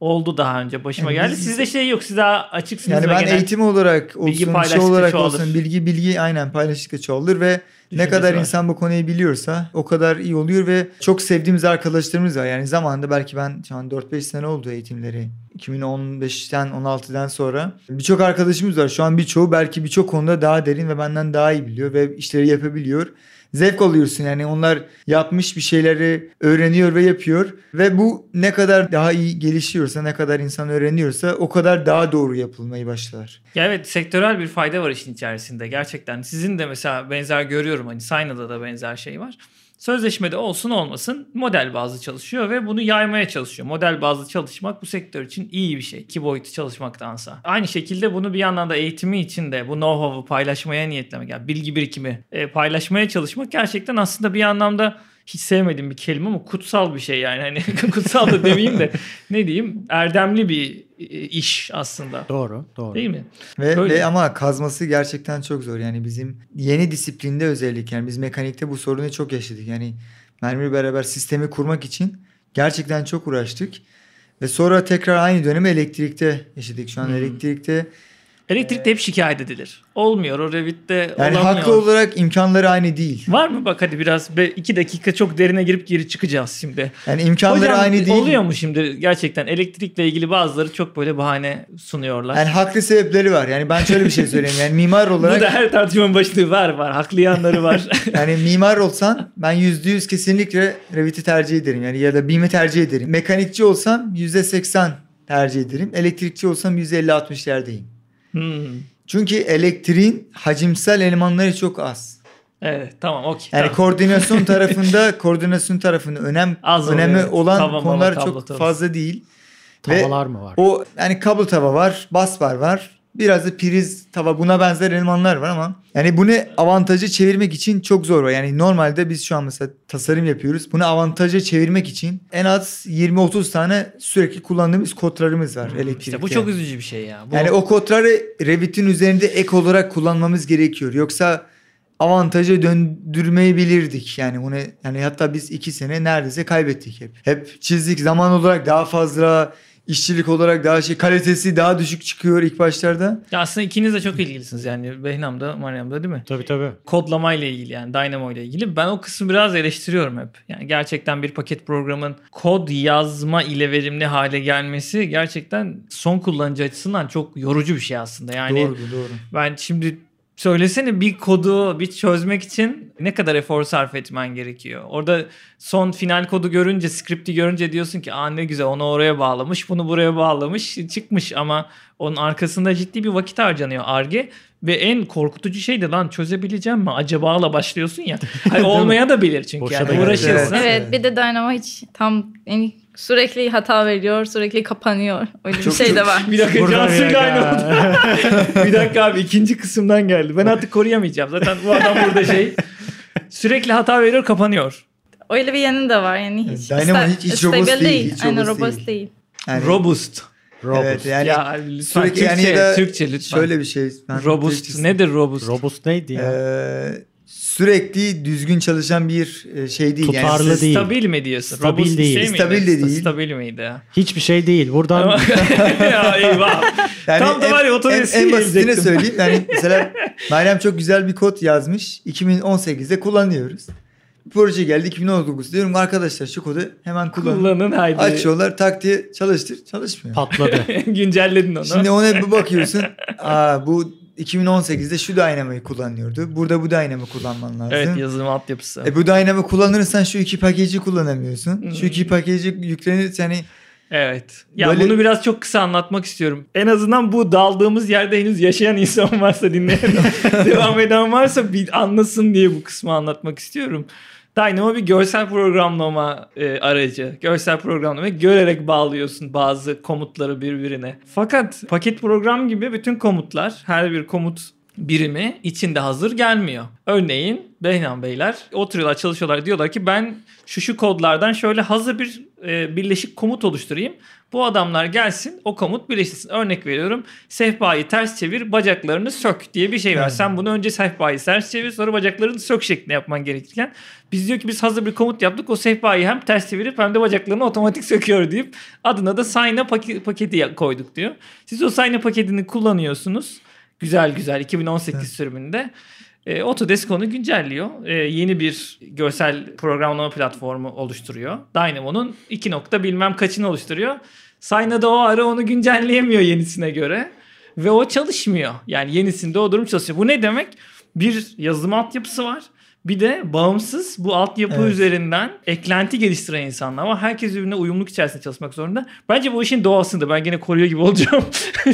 oldu daha önce. Başıma Yani geldi. biz- Sizde şey yok. Siz daha açıksınız. Yani ve ben genel eğitim olarak bilgi olsun, şey paylaştıkça olarak çoğalır. olsun, bilgi bilgi aynen paylaştıkça çoğalır ve ne Düşüncesi kadar var. insan bu konuyu biliyorsa o kadar iyi oluyor ve çok sevdiğimiz arkadaşlarımız var. Yani zamanında belki ben şu an dört beş sene oldu eğitimleri. iki bin on beşten on altıdan sonra. Birçok arkadaşımız var. Şu an birçoğu belki birçok konuda daha derin ve benden daha iyi biliyor ve işleri yapabiliyor. Zevk alıyorsun yani onlar yapmış bir şeyleri öğreniyor ve yapıyor ve bu ne kadar daha iyi gelişiyorsa, ne kadar insan öğreniyorsa o kadar daha doğru yapılmayı başlar. Ya evet, sektörel bir fayda var işin içerisinde gerçekten. Sizin de mesela benzer görüyorum, hani Sayna'da da benzer şey var. Sözleşmede olsun olmasın model bazlı çalışıyor ve bunu yaymaya çalışıyor. Model bazlı çalışmak bu sektör için iyi bir şey. İki boyutlu çalışmaktansa. Aynı şekilde bunu bir yandan da eğitimi için de bu know-how'u paylaşmaya niyetlemek, yani bilgi birikimi e, paylaşmaya çalışmak gerçekten aslında bir anlamda hiç sevmediğim bir kelime ama kutsal bir şey yani. Hani kutsal da demeyeyim de ne diyeyim, erdemli bir e, iş aslında. Doğru, doğru. Değil mi? Ve, Öyle. ve ama kazması gerçekten çok zor. Yani bizim yeni disiplinde özellikle yani biz mekanikte bu sorunu çok yaşadık. Yani Mermi'yle beraber sistemi kurmak için gerçekten çok uğraştık. Ve sonra tekrar aynı dönemi elektrikte yaşadık. Şu an Hmm. elektrikte Elektrikte hep şikayet edilir. Olmuyor, o Revit'te yani olamıyor. haklı olarak imkanları aynı değil. Var mı? Bak hadi biraz be, iki dakika çok derine girip geri çıkacağız şimdi. Yani imkanları Hocam, aynı değil. oluyor mu şimdi gerçekten elektrikle ilgili bazıları çok böyle bahane sunuyorlar. Yani haklı sebepleri var. Yani ben şöyle bir şey söyleyeyim. Yani mimar Bu olarak da her tartışmanın başlığı var var. Haklı yanları var. yani mimar olsan ben yüzde yüz kesinlikle Revit'i tercih ederim. Yani ya da B İM'i tercih ederim. Mekanikçi olsam yüzde seksen tercih ederim. Elektrikçi olsam yüzde elli altmış yerdeyim. Hmm. Çünkü elektriğin hacimsel elemanları çok az. Evet tamam okey. Yani tamam. koordinasyon tarafında koordinasyon tarafında önem Az oluyor, önemi evet. olan Tava, mava, konular kablo, çok tabii. fazla değil. Ve Tavalar mı var? o yani kablo tava var, bas bar var. Biraz da priz tava, buna benzer elemanlar var ama yani bunu avantaja çevirmek için çok zor var. Yani normalde biz şu an mesela tasarım yapıyoruz. Bunu avantaja çevirmek için en az yirmi otuz tane sürekli kullandığımız kodlarımız var elektrikte. İşte bu çok üzücü bir şey ya. Bu... Yani o kodları Revit'in üzerinde ek olarak kullanmamız gerekiyor. Yoksa avantaja döndürmeyebilirdik. Yani bunu yani hatta biz iki sene neredeyse kaybettik hep. Hep çizdik, zaman olarak daha fazla, işçilik olarak daha şey, kalitesi daha düşük çıkıyor ilk başlarda. Ya aslında ikiniz de çok ilgilisiniz yani Behnam da Meryem da değil mi? Tabii tabii. Kodlamayla ilgili yani Dynamo ile ilgili. Ben o kısmı biraz eleştiriyorum hep. Yani gerçekten bir paket programın kod yazma ile verimli hale gelmesi gerçekten son kullanıcı açısından çok yorucu bir şey aslında. Yani Doğru doğru. ben şimdi söylesene bir kodu bir çözmek için ne kadar efor sarf etmen gerekiyor. Orada son final kodu görünce, script'i görünce diyorsun ki aa ne güzel onu oraya bağlamış, bunu buraya bağlamış, çıkmış ama onun arkasında ciddi bir vakit harcanıyor Ar-Ge. Ve en korkutucu şey de lan çözebileceğim mi? Acaba'la başlıyorsun ya. Hayır, olmaya da bilir çünkü Boşa yani da uğraşırsın. Evet. Evet, bir de Dynamo hiç tam yani sürekli hata veriyor, sürekli kapanıyor. Öyle bir Çok- şey de çok- var. Bir dakika Burada bir Cansu'yla aynı dakika. oldu. Bir dakika abi ikinci kısımdan geldi. Ben artık koruyamayacağım. Zaten bu adam burada şey sürekli hata veriyor, kapanıyor. Öyle bir yanı da var yani hiç. Dynamo sta- hiç- hiç stabil robust değil, hiç Aynen robust robust değil. değil. Yani, Robust. Robust. Evet yani ya lütfen sürekli Türkçe, yani ya da Türkçe lütfen. şöyle bir şey. Ben Robust Türkçesi- nedir robust? Robust neydi ya? Ee, sürekli düzgün çalışan bir e, şey değil. Tutarlı yani, değil. Stabil mi diyorsun? Stabil Robust değil. şey miydi? Stabil de değil. Stabil miydi? Hiçbir şey değil. Buradan Ama- ya eyvah. Yani Tam da var ya en, otobüsü en, en basitini gelecektim. söyleyeyim. Yani mesela Meryem çok güzel bir kod yazmış. iki bin on sekizde kullanıyoruz. Proje geldi iki bin on dokuz. Diyorum arkadaşlar şu kodu hemen kullanın. Kullanın haydi. Açıyorlar tak diye çalıştır. Çalışmıyor. patladı. Güncelledin onu. Şimdi ona bir bakıyorsun. Aa, bu iki bin on sekizde şu Dynamo'yu kullanıyordu. Burada bu Dynamo kullanman lazım. Evet, yazılım altyapısı. E bu Dynamo kullanırsan şu iki paketi kullanamıyorsun. Hmm. Şu iki paketi yüklenirsen hani Evet. Ya Böyle- bunu biraz çok kısa anlatmak istiyorum. En azından bu daldığımız yerde henüz yaşayan insan varsa, dinleyen devam eden varsa bir anlasın diye bu kısmı anlatmak istiyorum. Dynamo bir görsel programlama e, aracı. Görsel programlama görerek bağlıyorsun bazı komutları birbirine. Fakat paket program gibi bütün komutlar, her bir komut birimi içinde hazır gelmiyor. Örneğin Beyhan Beyler oturuyorlar, çalışıyorlar, diyorlar ki ben şu şu kodlardan şöyle hazır bir e, birleşik komut oluşturayım. Bu adamlar gelsin, o komut birleştirsin. Örnek veriyorum, sehpayı ters çevir, bacaklarını sök diye bir şey var. Hmm. Sen bunu önce sehpayı ters çevir, sonra bacaklarını sök şeklinde yapman gerekirken biz diyor ki biz hazır bir komut yaptık. O sehpayı hem ters çevirip hem de bacaklarını otomatik söküyor deyip adına da Sayna paketi koyduk diyor. Siz o Sayna paketini kullanıyorsunuz. Güzel güzel iki bin on sekiz evet. sürümünde. E, Autodesk onu güncelliyor. E, yeni bir görsel programlama platformu oluşturuyor. Dynamo'nun iki nokta bilmem kaçını oluşturuyor. Sayna'da o ara onu güncelleyemiyor yenisine göre. Ve o çalışmıyor. Yani yenisinde o durum çalışıyor. Bu ne demek? Bir yazılım altyapısı var. Bir de bağımsız bu altyapı evet. üzerinden eklenti geliştiren insanlar var. Herkes birbirine uyumluluk içerisinde çalışmak zorunda. Bence bu işin doğasında. Ben gene koruyor gibi olacağım.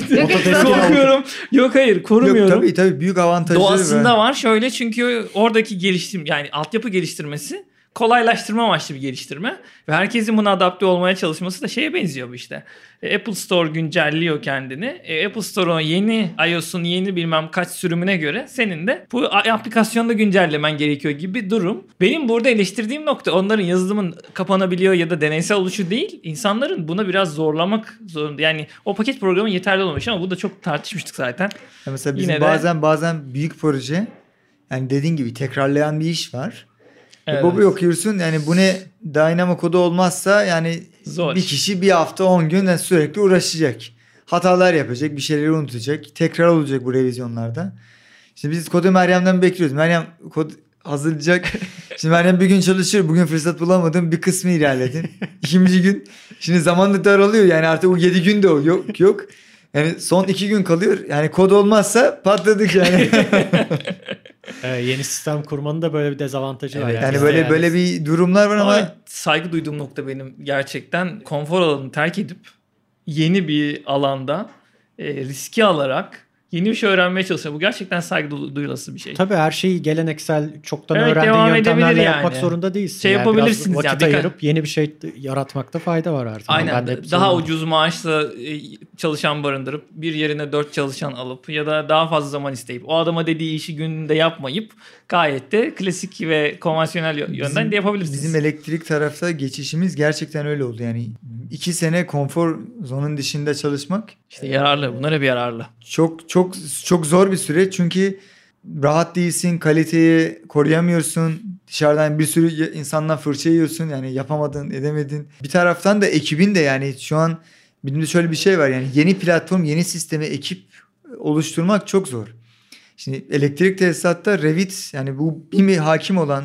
Korkuyorum. Yok hayır korumuyorum. Yok tabii tabii büyük avantajları var. Doğasında var. Şöyle çünkü oradaki geliştirme yani altyapı geliştirmesi kolaylaştırma amaçlı bir geliştirme. Ve herkesin buna adapte olmaya çalışması da şeye benziyor bu işte. Apple Store güncelliyor kendini. Apple Store'un yeni iOS'un yeni bilmem kaç sürümüne göre senin de bu aplikasyonu da güncellemen gerekiyor gibi bir durum. Benim burada eleştirdiğim nokta onların yazılımın kapanabiliyor ya da deneysel oluşu değil. İnsanların buna biraz zorlamak zorunda. Yani o paket programı yeterli olmamış ama bu da çok tartışmıştık zaten. Ya mesela bizim Yine bazen de... bazen büyük proje yani dediğin gibi tekrarlayan bir iş var. Evet. Bobby okuyorsun yani bu ne Dynamo kodu olmazsa yani zor. Bir kişi bir hafta on gün yani sürekli uğraşacak. Hatalar yapacak, bir şeyleri unutacak. Tekrar olacak bu revizyonlarda. Şimdi biz kodu Meryem'den bekliyoruz. Meryem kod hazırlayacak. Şimdi Meryem bir gün çalışır. Bugün fırsat bulamadım. Bir kısmı ilerledin. İkinci gün. Şimdi zaman da daralıyor. Yani artık o yedi gün de o. Yok yok. Yani son iki gün kalıyor. Yani kod olmazsa patladık yani. Ee, yeni sistem kurmanın da böyle bir dezavantajı var. Evet, yani, yani böyle yani. böyle bir durumlar var ama, ama saygı duyduğum nokta benim gerçekten konfor alanını terk edip yeni bir alanda e, riski alarak yeni bir şey öğrenmeye çalışıyor. Bu gerçekten saygı duyulası bir şey. Tabii her şeyi geleneksel çoktan evet, öğrendiğin yöntemlerle yani. yapmak zorunda değilsin. Şey yani yapabilirsiniz. Biraz vakit yani, ayırıp yeni bir şey yaratmakta fayda var artık. Aynen. Ben de daha ucuz maaşla çalışan barındırıp bir yerine dört çalışan alıp ya da daha fazla zaman isteyip o adama dediği işi gününde yapmayıp gayet de klasik ve konvansiyonel yönden bizim, de yapabilirsiniz. Bizim elektrik tarafta geçişimiz gerçekten öyle oldu. Yani iki sene konfor zonun dışında çalışmak. İşte yararlı. Bunlar hep yararlı. Çok çok çok zor bir süreç çünkü rahat değilsin, kaliteyi koruyamıyorsun. Dışarıdan bir sürü insandan fırça yiyorsun. Yani yapamadın, edemedin. Bir taraftan da ekibin de yani şu an benim de şöyle bir şey var. Yani yeni platform, yeni sisteme ekip oluşturmak çok zor. Şimdi elektrik tesisatta Revit yani bu bir mi hakim olan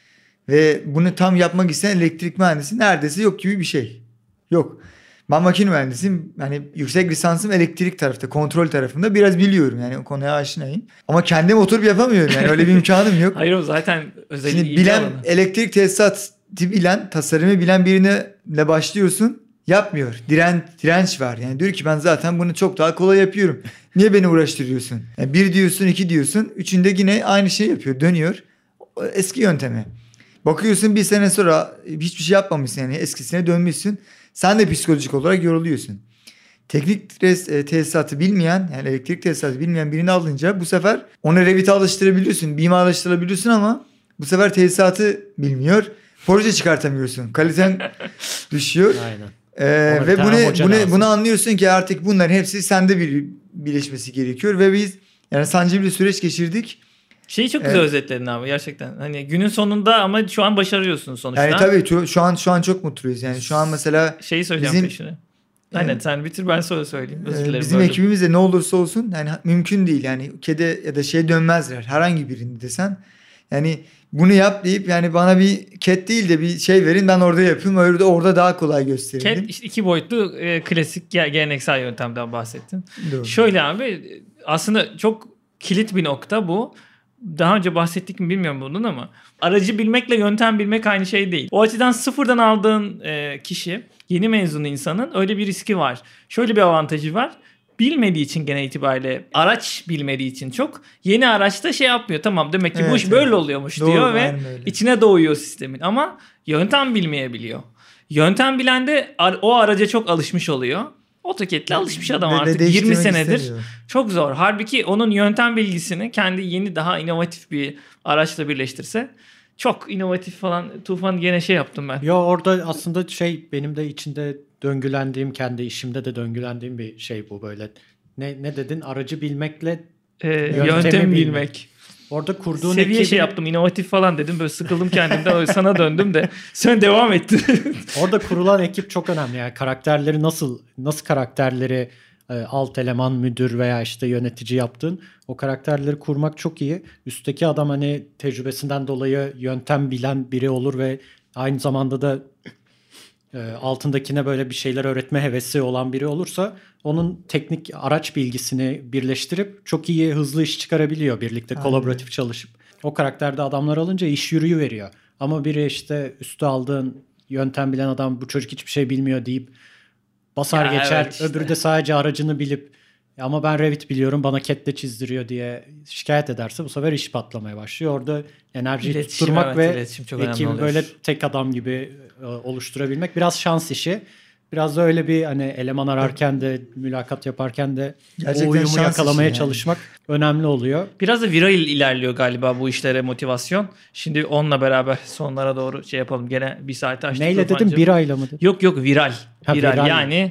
ve bunu tam yapmak isteyen elektrik mühendisi neredeyse yok gibi bir şey. Yok. Ben makine mühendisiyim. Yani yüksek lisansım elektrik tarafta, kontrol tarafında biraz biliyorum. Yani o konuya aşinayım. Ama kendim oturup yapamıyorum. Yani öyle bir imkanım yok. Hayır o zaten özellikle Şimdi bilen, elektrik tesisatı bilen, tasarımı bilen birine başlıyorsun. Yapmıyor. Diren, direnç var. Yani diyor ki ben zaten bunu çok daha kolay yapıyorum. Niye beni uğraştırıyorsun? Yani bir diyorsun, iki diyorsun. Üçünde yine aynı şey yapıyor. Dönüyor. Eski yönteme. Bakıyorsun bir sene sonra hiçbir şey yapmamışsın. Yani eskisine dönmüşsün. Sen de psikolojik olarak yoruluyorsun. Teknik tesisatı bilmeyen yani elektrik tesisatı bilmeyen birini alınca bu sefer onu Revit'e alıştırabiliyorsun. B İ M'e alıştırabiliyorsun ama bu sefer tesisatı bilmiyor. Proje çıkartamıyorsun. Kaliten düşüyor. Aynen. Ee, ve bunu bunu bunu anlıyorsun ki artık bunların hepsi sende bir birleşmesi gerekiyor ve biz yani sancılı bir süreç geçirdik. Şeyi çok güzel evet. özetledin abi gerçekten. Hani günün sonunda ama şu an başarıyorsun sonuçta. Yani tabii şu an şu an çok mutluyuz. Yani şu an mesela şeyi söyleyeceğim bizim, peşine. Aynen yani, sen bitir ben sonra söyleyeyim. Özür dilerim. Bizim ekibimizde ne olursa olsun yani mümkün değil. Yani kede ya da şey dönmezler. Herhangi birini desen. Yani bunu yap deyip yani bana bir cat değil de bir şey verin ben orada yapayım. Öyle de orada daha kolay gösterelim. Cat işte iki boyutlu e, klasik geleneksel yöntemden bahsettin. Doğru. Şöyle abi aslında çok kilit bir nokta bu. Daha önce bahsettik mi bilmiyorum bunun ama aracı bilmekle yöntem bilmek aynı şey değil. O açıdan sıfırdan aldığın e, kişi, yeni mezun insanın öyle bir riski var. Şöyle bir avantajı var. Bilmediği için genel itibariyle araç bilmediği için çok yeni araçta şey yapmıyor. Tamam demek ki evet, bu iş evet. böyle oluyormuş Doğru, diyor ve içine doğuyor sistemin ama yöntem bilmeyebiliyor. Yöntem bilen de o araca çok alışmış oluyor. AutoCAD'le alışmış adam Ve- ve artık değiştirmek yirmi senedir. istemiyor. Çok zor. Halbuki onun yöntem bilgisini kendi yeni daha inovatif bir araçla birleştirse çok inovatif falan. Tufan gene şey yaptım ben. Yo orada aslında şey benim de içinde döngülendiğim, kendi işimde de döngülendiğim bir şey bu böyle. Ne ne dedin? Aracı bilmekle Ee, Yöntemi yöntem bilmek. bilmek. orada kurduğun Seviye ekibin- şey yaptım, inovatif falan dedim. Böyle sıkıldım kendimden. Sana döndüm de. Sen devam ettin. Orada kurulan ekip çok önemli. Yani karakterleri nasıl nasıl karakterleri e, alt eleman, müdür veya işte yönetici yaptın. O karakterleri kurmak çok iyi. Üstteki adam hani tecrübesinden dolayı yöntem bilen biri olur ve aynı zamanda da e, altındakine böyle bir şeyler öğretme hevesi olan biri olursa onun teknik araç bilgisini birleştirip çok iyi hızlı iş çıkarabiliyor birlikte Aynen. kolaboratif çalışıp. O karakterde adamlar alınca iş yürüyüveriyor. Ama biri işte üstü aldığın yöntem bilen adam bu çocuk hiçbir şey bilmiyor deyip basar Ya geçer. evet işte. Öbürü de sadece aracını bilip ama ben Revit biliyorum bana C A D'le çizdiriyor diye şikayet ederse bu sefer iş patlamaya başlıyor. Orada enerjiyi İletişim, tutturmak evet, ve iletişim çok önemli ekibi oluyor. böyle tek adam gibi e, oluşturabilmek biraz şans işi. Biraz da öyle bir hani eleman ararken de mülakat yaparken de Gerçekten o uyumu şans yakalamaya işi yani. çalışmak önemli oluyor. Biraz da viral ilerliyor galiba bu işlere motivasyon. Şimdi onunla beraber sonlara doğru şey yapalım. Gene bir saate açtık. Neyle dedim? Tufancığım. Bir ayla mı dedim? Yok yok viral. Ha, viral. viral. Yani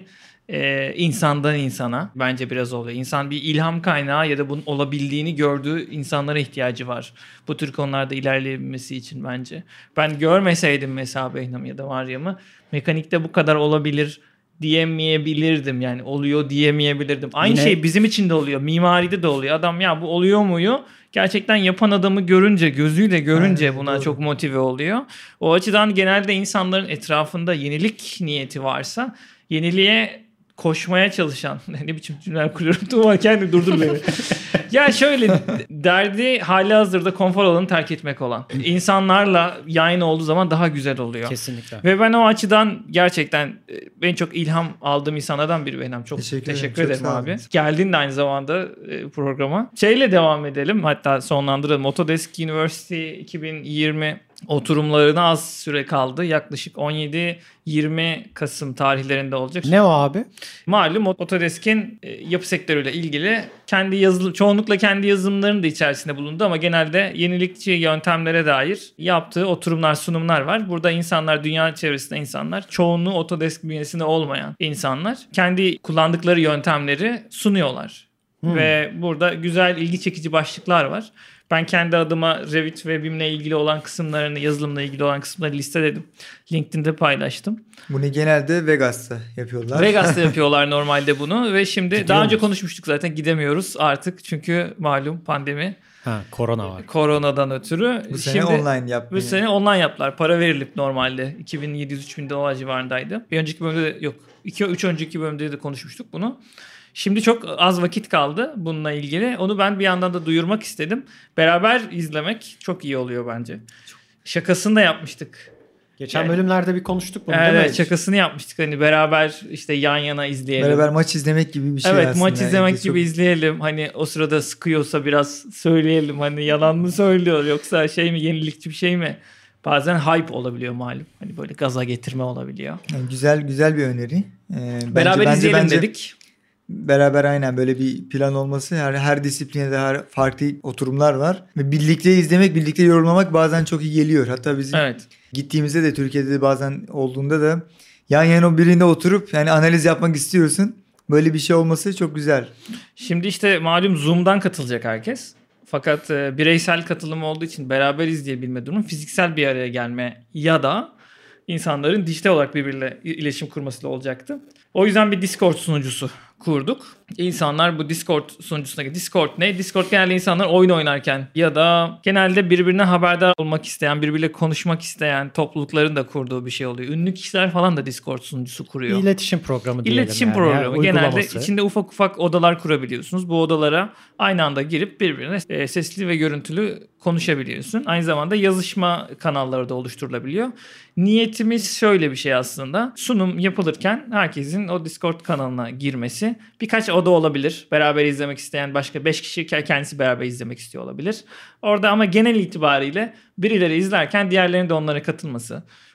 e, insandan insana bence biraz oluyor. İnsan bir ilham kaynağı ya da bunun olabildiğini gördüğü insanlara ihtiyacı var. Bu tür konularda ilerleyebilmesi için bence. Ben görmeseydim mesela Behnam ya da Meryem'i mekanikte bu kadar olabilir diyemeyebilirdim. Yani oluyor diyemeyebilirdim. Aynı Yine- şey bizim için de oluyor. Mimaride de oluyor. Adam ya bu oluyor muyu? Gerçekten yapan adamı görünce, gözüyle görünce Aynen, buna doğru. çok motive oluyor. O açıdan genelde insanların etrafında yenilik niyeti varsa yeniliğe koşmaya çalışan ne biçim cümleler kuruyorum Tuğba kendi durdur beni. Ya şöyle derdi hali hazırda konfor alanını terk etmek olan. İnsanlarla yayın olduğu zaman daha güzel oluyor. Kesinlikle. Ve ben o açıdan gerçekten e, en çok ilham aldığım insanlardan biri benim. Çok Teşekkür teşekkür, ederim, çok ederim sağ abi. olun. Geldin de aynı zamanda e, programa. Şeyle devam edelim. Hatta sonlandıralım. Autodesk University iki bin yirmi oturumlarına az süre kaldı. Yaklaşık on yedi yirmi Kasım tarihlerinde olacak. Ne o abi? Malum Autodesk'in e, yapı sektörüyle ilgili kendi yazılım, çoğunlukla kendi yazılımlarının da içerisinde bulundu ama genelde yenilikçi yöntemlere dair yaptığı oturumlar, sunumlar var. Burada insanlar, dünya çevresinde insanlar, çoğunluğu Autodesk bünyesinde olmayan insanlar kendi kullandıkları yöntemleri sunuyorlar. Hmm. Ve burada güzel, ilgi çekici başlıklar var. Ben kendi adıma Revit ve B I M'le ilgili olan kısımlarını, yazılımla ilgili olan kısımları listeledim. LinkedIn'de paylaştım. Bunu genelde Vegas'ta yapıyorlar. Vegas'ta yapıyorlar normalde bunu ve şimdi Gidiyor daha önce muyuz? konuşmuştuk zaten gidemiyoruz artık çünkü malum pandemi Ha, korona var. koronadan ötürü. Bu sene şimdi online bu yapmıyor. sene online yaptılar. Para verilip normalde iki bin yedi yüz üç bin dolar civarındaydı. Bir önceki bölümde de yok. iki üç önceki bölümde de konuşmuştuk bunu. Şimdi çok az vakit kaldı bununla ilgili. Onu ben bir yandan da duyurmak istedim. Beraber izlemek çok iyi oluyor bence. Şakasını da yapmıştık. Geçen Yani- bölümlerde bir konuştuk bunu değil Evet, mi? şakasını yapmıştık. Hani beraber işte yan yana izleyelim. Beraber maç izlemek gibi bir şey Evet, aslında. maç izlemek Yani gibi çok- izleyelim. Hani o sırada sıkıyorsa biraz söyleyelim. Hani yalan mı söylüyor yoksa şey mi, yenilikçi bir şey mi? Bazen hype olabiliyor malum. Hani böyle gaza getirme olabiliyor. Yani güzel güzel bir öneri. Ee, bence- Beraber bence- izleyelim bence dedik. Beraber aynen böyle bir plan olması. Her, her disipline de her farklı oturumlar var. Ve birlikte izlemek, birlikte yorumlamak bazen çok iyi geliyor. Hatta bizim Evet. gittiğimizde de Türkiye'de de bazen olduğunda da yan yana o birinde oturup yani analiz yapmak istiyorsun. Böyle bir şey olması çok güzel. Şimdi işte malum Zoom'dan katılacak herkes. Fakat e, bireysel katılım olduğu için beraber izleyebilme durumu fiziksel bir araya gelme ya da insanların dijital olarak birbiriyle iletişim kurmasıyla olacaktı. O yüzden bir Discord sunucusu kurduk. İnsanlar bu Discord sunucusuna... Discord ne? Discord genelde insanlar oyun oynarken ya da genelde birbirine haberdar olmak isteyen, birbiriyle konuşmak isteyen toplulukların da kurduğu bir şey oluyor. Ünlü kişiler falan da Discord sunucusu kuruyor. İletişim programı diyelim. İletişim yani. programı. Yani Genelde uygulaması. içinde ufak ufak odalar kurabiliyorsunuz. Bu odalara aynı anda girip birbirine e, sesli ve görüntülü konuşabiliyorsun. Aynı zamanda yazışma kanalları da oluşturulabiliyor. Niyetimiz şöyle bir şey aslında. Sunum yapılırken herkesin o Discord kanalına girmesi. Birkaç oda olabilir. Beraber izlemek isteyen başka beş kişi kendisi beraber izlemek istiyor olabilir. Orada ama genel itibariyle birileri izlerken diğerlerinin de onlara katılması.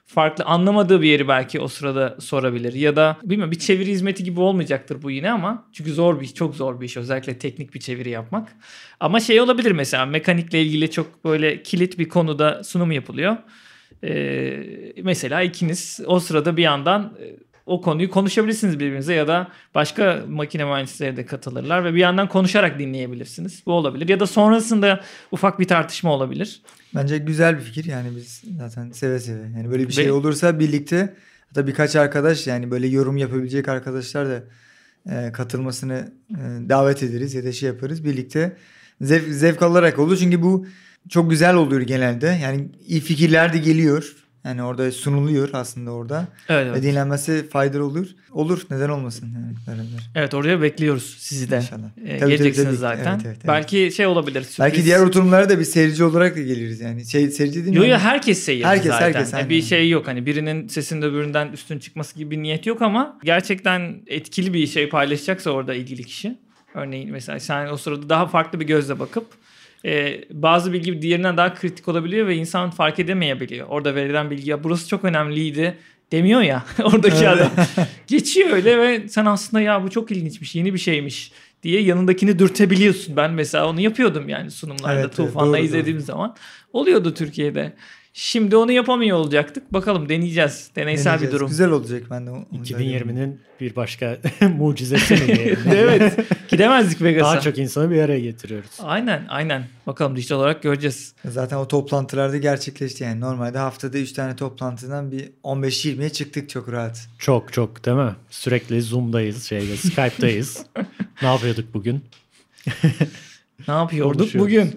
farklı anlamadığı bir yeri belki o sırada sorabilir. Ya da bilmiyorum bir çeviri hizmeti gibi olmayacaktır bu yine ama çünkü zor bir iş, çok zor bir iş özellikle teknik bir çeviri yapmak. Ama şey olabilir mesela mekanikle ilgili çok böyle kilit bir konuda sunum yapılıyor. Ee, mesela ikiniz o sırada bir yandan o konuyu konuşabilirsiniz birbirinize ya da başka makine mühendisleri de katılırlar ve bir yandan konuşarak dinleyebilirsiniz. Bu olabilir. Ya da sonrasında ufak bir tartışma olabilir. Bence güzel bir fikir yani biz zaten seve seve. Yani böyle bir şey Ve- olursa birlikte hatta birkaç arkadaş yani böyle yorum yapabilecek arkadaşlar da e, katılmasını e, davet ederiz ya da şey yaparız. Birlikte zevk, zevk alarak olur. Çünkü bu çok güzel oluyor genelde. Yani iyi fikirler de geliyor. Yani orada sunuluyor aslında orada. Evet, Ve evet. dinlenmesi faydalı olur. Olur. Neden olmasın yani beraber. Evet oraya bekliyoruz sizi de. İnşallah. Ee, Tabii, geleceksiniz tabii, tabii. zaten. Evet, evet, evet. Belki şey olabilir. Sürpriz. Belki diğer oturumlara da bir seyirci olarak da geliriz yani. Şey, seyirci değil mi? Yo yo herkes seyirci Herkes, zaten. herkes, Yani aynen. bir şey yok hani birinin sesinde öbüründen üstün çıkması gibi bir niyet yok ama gerçekten etkili bir şey paylaşacaksa orada ilgili kişi. Örneğin mesela sen o sırada daha farklı bir gözle bakıp e, bazı bilgi diğerinden daha kritik olabiliyor ve insan fark edemeyebiliyor. Orada verilen bilgi ya burası çok önemliydi demiyor ya oradaki adam. Geçiyor öyle ve sen aslında ya bu çok ilginçmiş yeni bir şeymiş diye yanındakini dürtebiliyorsun. Ben mesela onu yapıyordum yani sunumlarda Evet, evet, Tufan'la doğru, izlediğim zaman. Oluyordu Türkiye'de. Şimdi onu yapamıyor olacaktık. Bakalım deneyeceğiz. Deneysel Deneyeceğiz. bir durum. Güzel olacak ben de. onu- iki bin yirminin bir başka mucizesi mi diyelim? Evet. Gidemezdik Vegas'a. Daha çok insanı bir araya getiriyoruz. Aynen aynen. Bakalım dijital olarak göreceğiz. Zaten o toplantılarda gerçekleşti yani. Normalde haftada üç tane toplantıdan bir on beş yirmiye çıktık çok rahat. Çok çok değil mi? Sürekli Zoom'dayız, şeyde, Skype'dayız. Ne yapıyorduk bugün? Ne yapıyorduk Konuşuyoruz. bugün?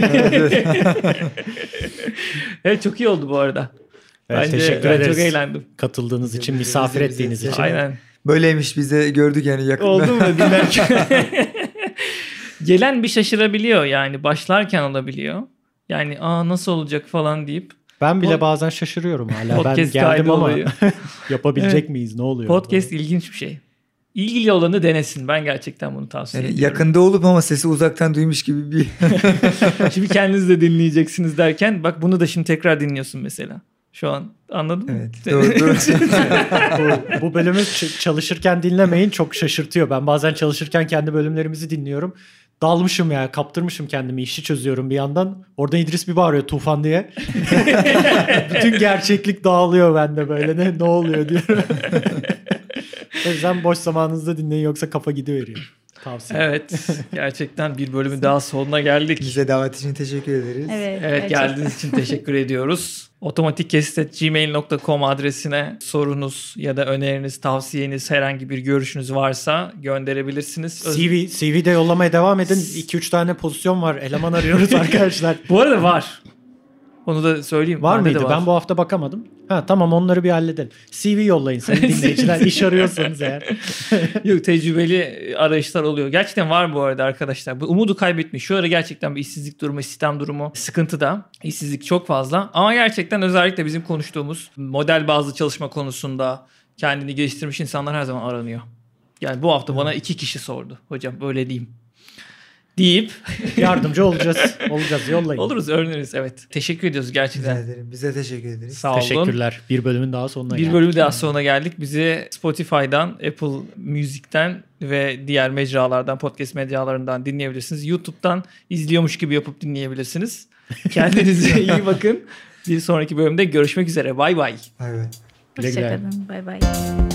Evet çok iyi oldu bu arada. Evet, Bence teşekkür ben ederiz. çok eğlendim. Katıldığınız için, Bize- misafir bize- ettiğiniz bize- için. Aynen. Böyleymiş biz de gördük yani yakında. Oldu mu dinlerken? Gelen bir şaşırabiliyor yani. Başlarken olabiliyor. Yani aa nasıl olacak falan deyip. Ben bile Pod- bazen şaşırıyorum hala. Ben Podcast geldim kaydı ama olayı. yapabilecek Evet. miyiz? Ne oluyor? Podcast ilginç bir şey. İlgili olanı denesin. Ben gerçekten bunu tavsiye Yani ediyorum. yakında olup ama sesi uzaktan duymuş gibi bir Şimdi kendiniz de dinleyeceksiniz derken bak bunu da şimdi tekrar dinliyorsun mesela. Şu an anladın mı? evet. Doğru, doğru. bu, bu bölümü ç- çalışırken dinlemeyin, çok şaşırtıyor. Ben bazen çalışırken kendi bölümlerimizi dinliyorum. Dalmışım ya, kaptırmışım kendimi, işi çözüyorum bir yandan. Oradan İdris bir bağırıyor Tufan diye. Bütün gerçeklik dağılıyor bende böyle. Ne, ne oluyor diyorum. O yüzden boş zamanınızda dinleyin yoksa kafa gidiveriyor. Tavsiye. Evet. Gerçekten bir bölümün daha sonuna geldik. Bize davet için teşekkür ederiz. Evet. Evet gerçekten. geldiğiniz için teşekkür ediyoruz. otomatikkesit at gmail nokta com adresine sorunuz ya da öneriniz, tavsiyeniz, herhangi bir görüşünüz varsa gönderebilirsiniz. Öz- C V, C V'de yollamaya devam edin. iki üç tane pozisyon var. Eleman arıyoruz arkadaşlar. Bu arada var. Onu da söyleyeyim. Var Bende de mıydı? Ben bu hafta bakamadım. Ha tamam, onları bir halledelim. C V yollayın sayın dinleyiciler. İş arıyorsanız eğer. Yok tecrübeli arayışlar oluyor. Gerçekten var bu arada arkadaşlar. Bu umudu kaybetmiş. Şu ara gerçekten bir işsizlik durumu, sistem durumu sıkıntı da. İşsizlik çok fazla. Ama gerçekten özellikle bizim konuştuğumuz model bazlı çalışma konusunda kendini geliştirmiş insanlar her zaman aranıyor. Yani bu hafta bana iki kişi sordu. Hocam böyle diyeyim. Deyip Yardımcı olacağız. Olacağız, yollayın. oluruz, öğreniriz. Evet. Teşekkür ediyoruz Rica gerçekten. ederim. Bize teşekkür ederiz. Sağ olun. Teşekkürler. Bir bölümün daha sonuna Bir geldik. bölümü daha sonuna geldik. Bizi Spotify'dan, Apple Music'ten ve diğer mecralardan, podcast mecralarından dinleyebilirsiniz. YouTube'dan izliyormuş gibi yapıp dinleyebilirsiniz. Kendinize iyi bakın. Bir sonraki bölümde görüşmek üzere. Bay bay. Bay bay. Güle güle. Hoşçakalın. Bay bay.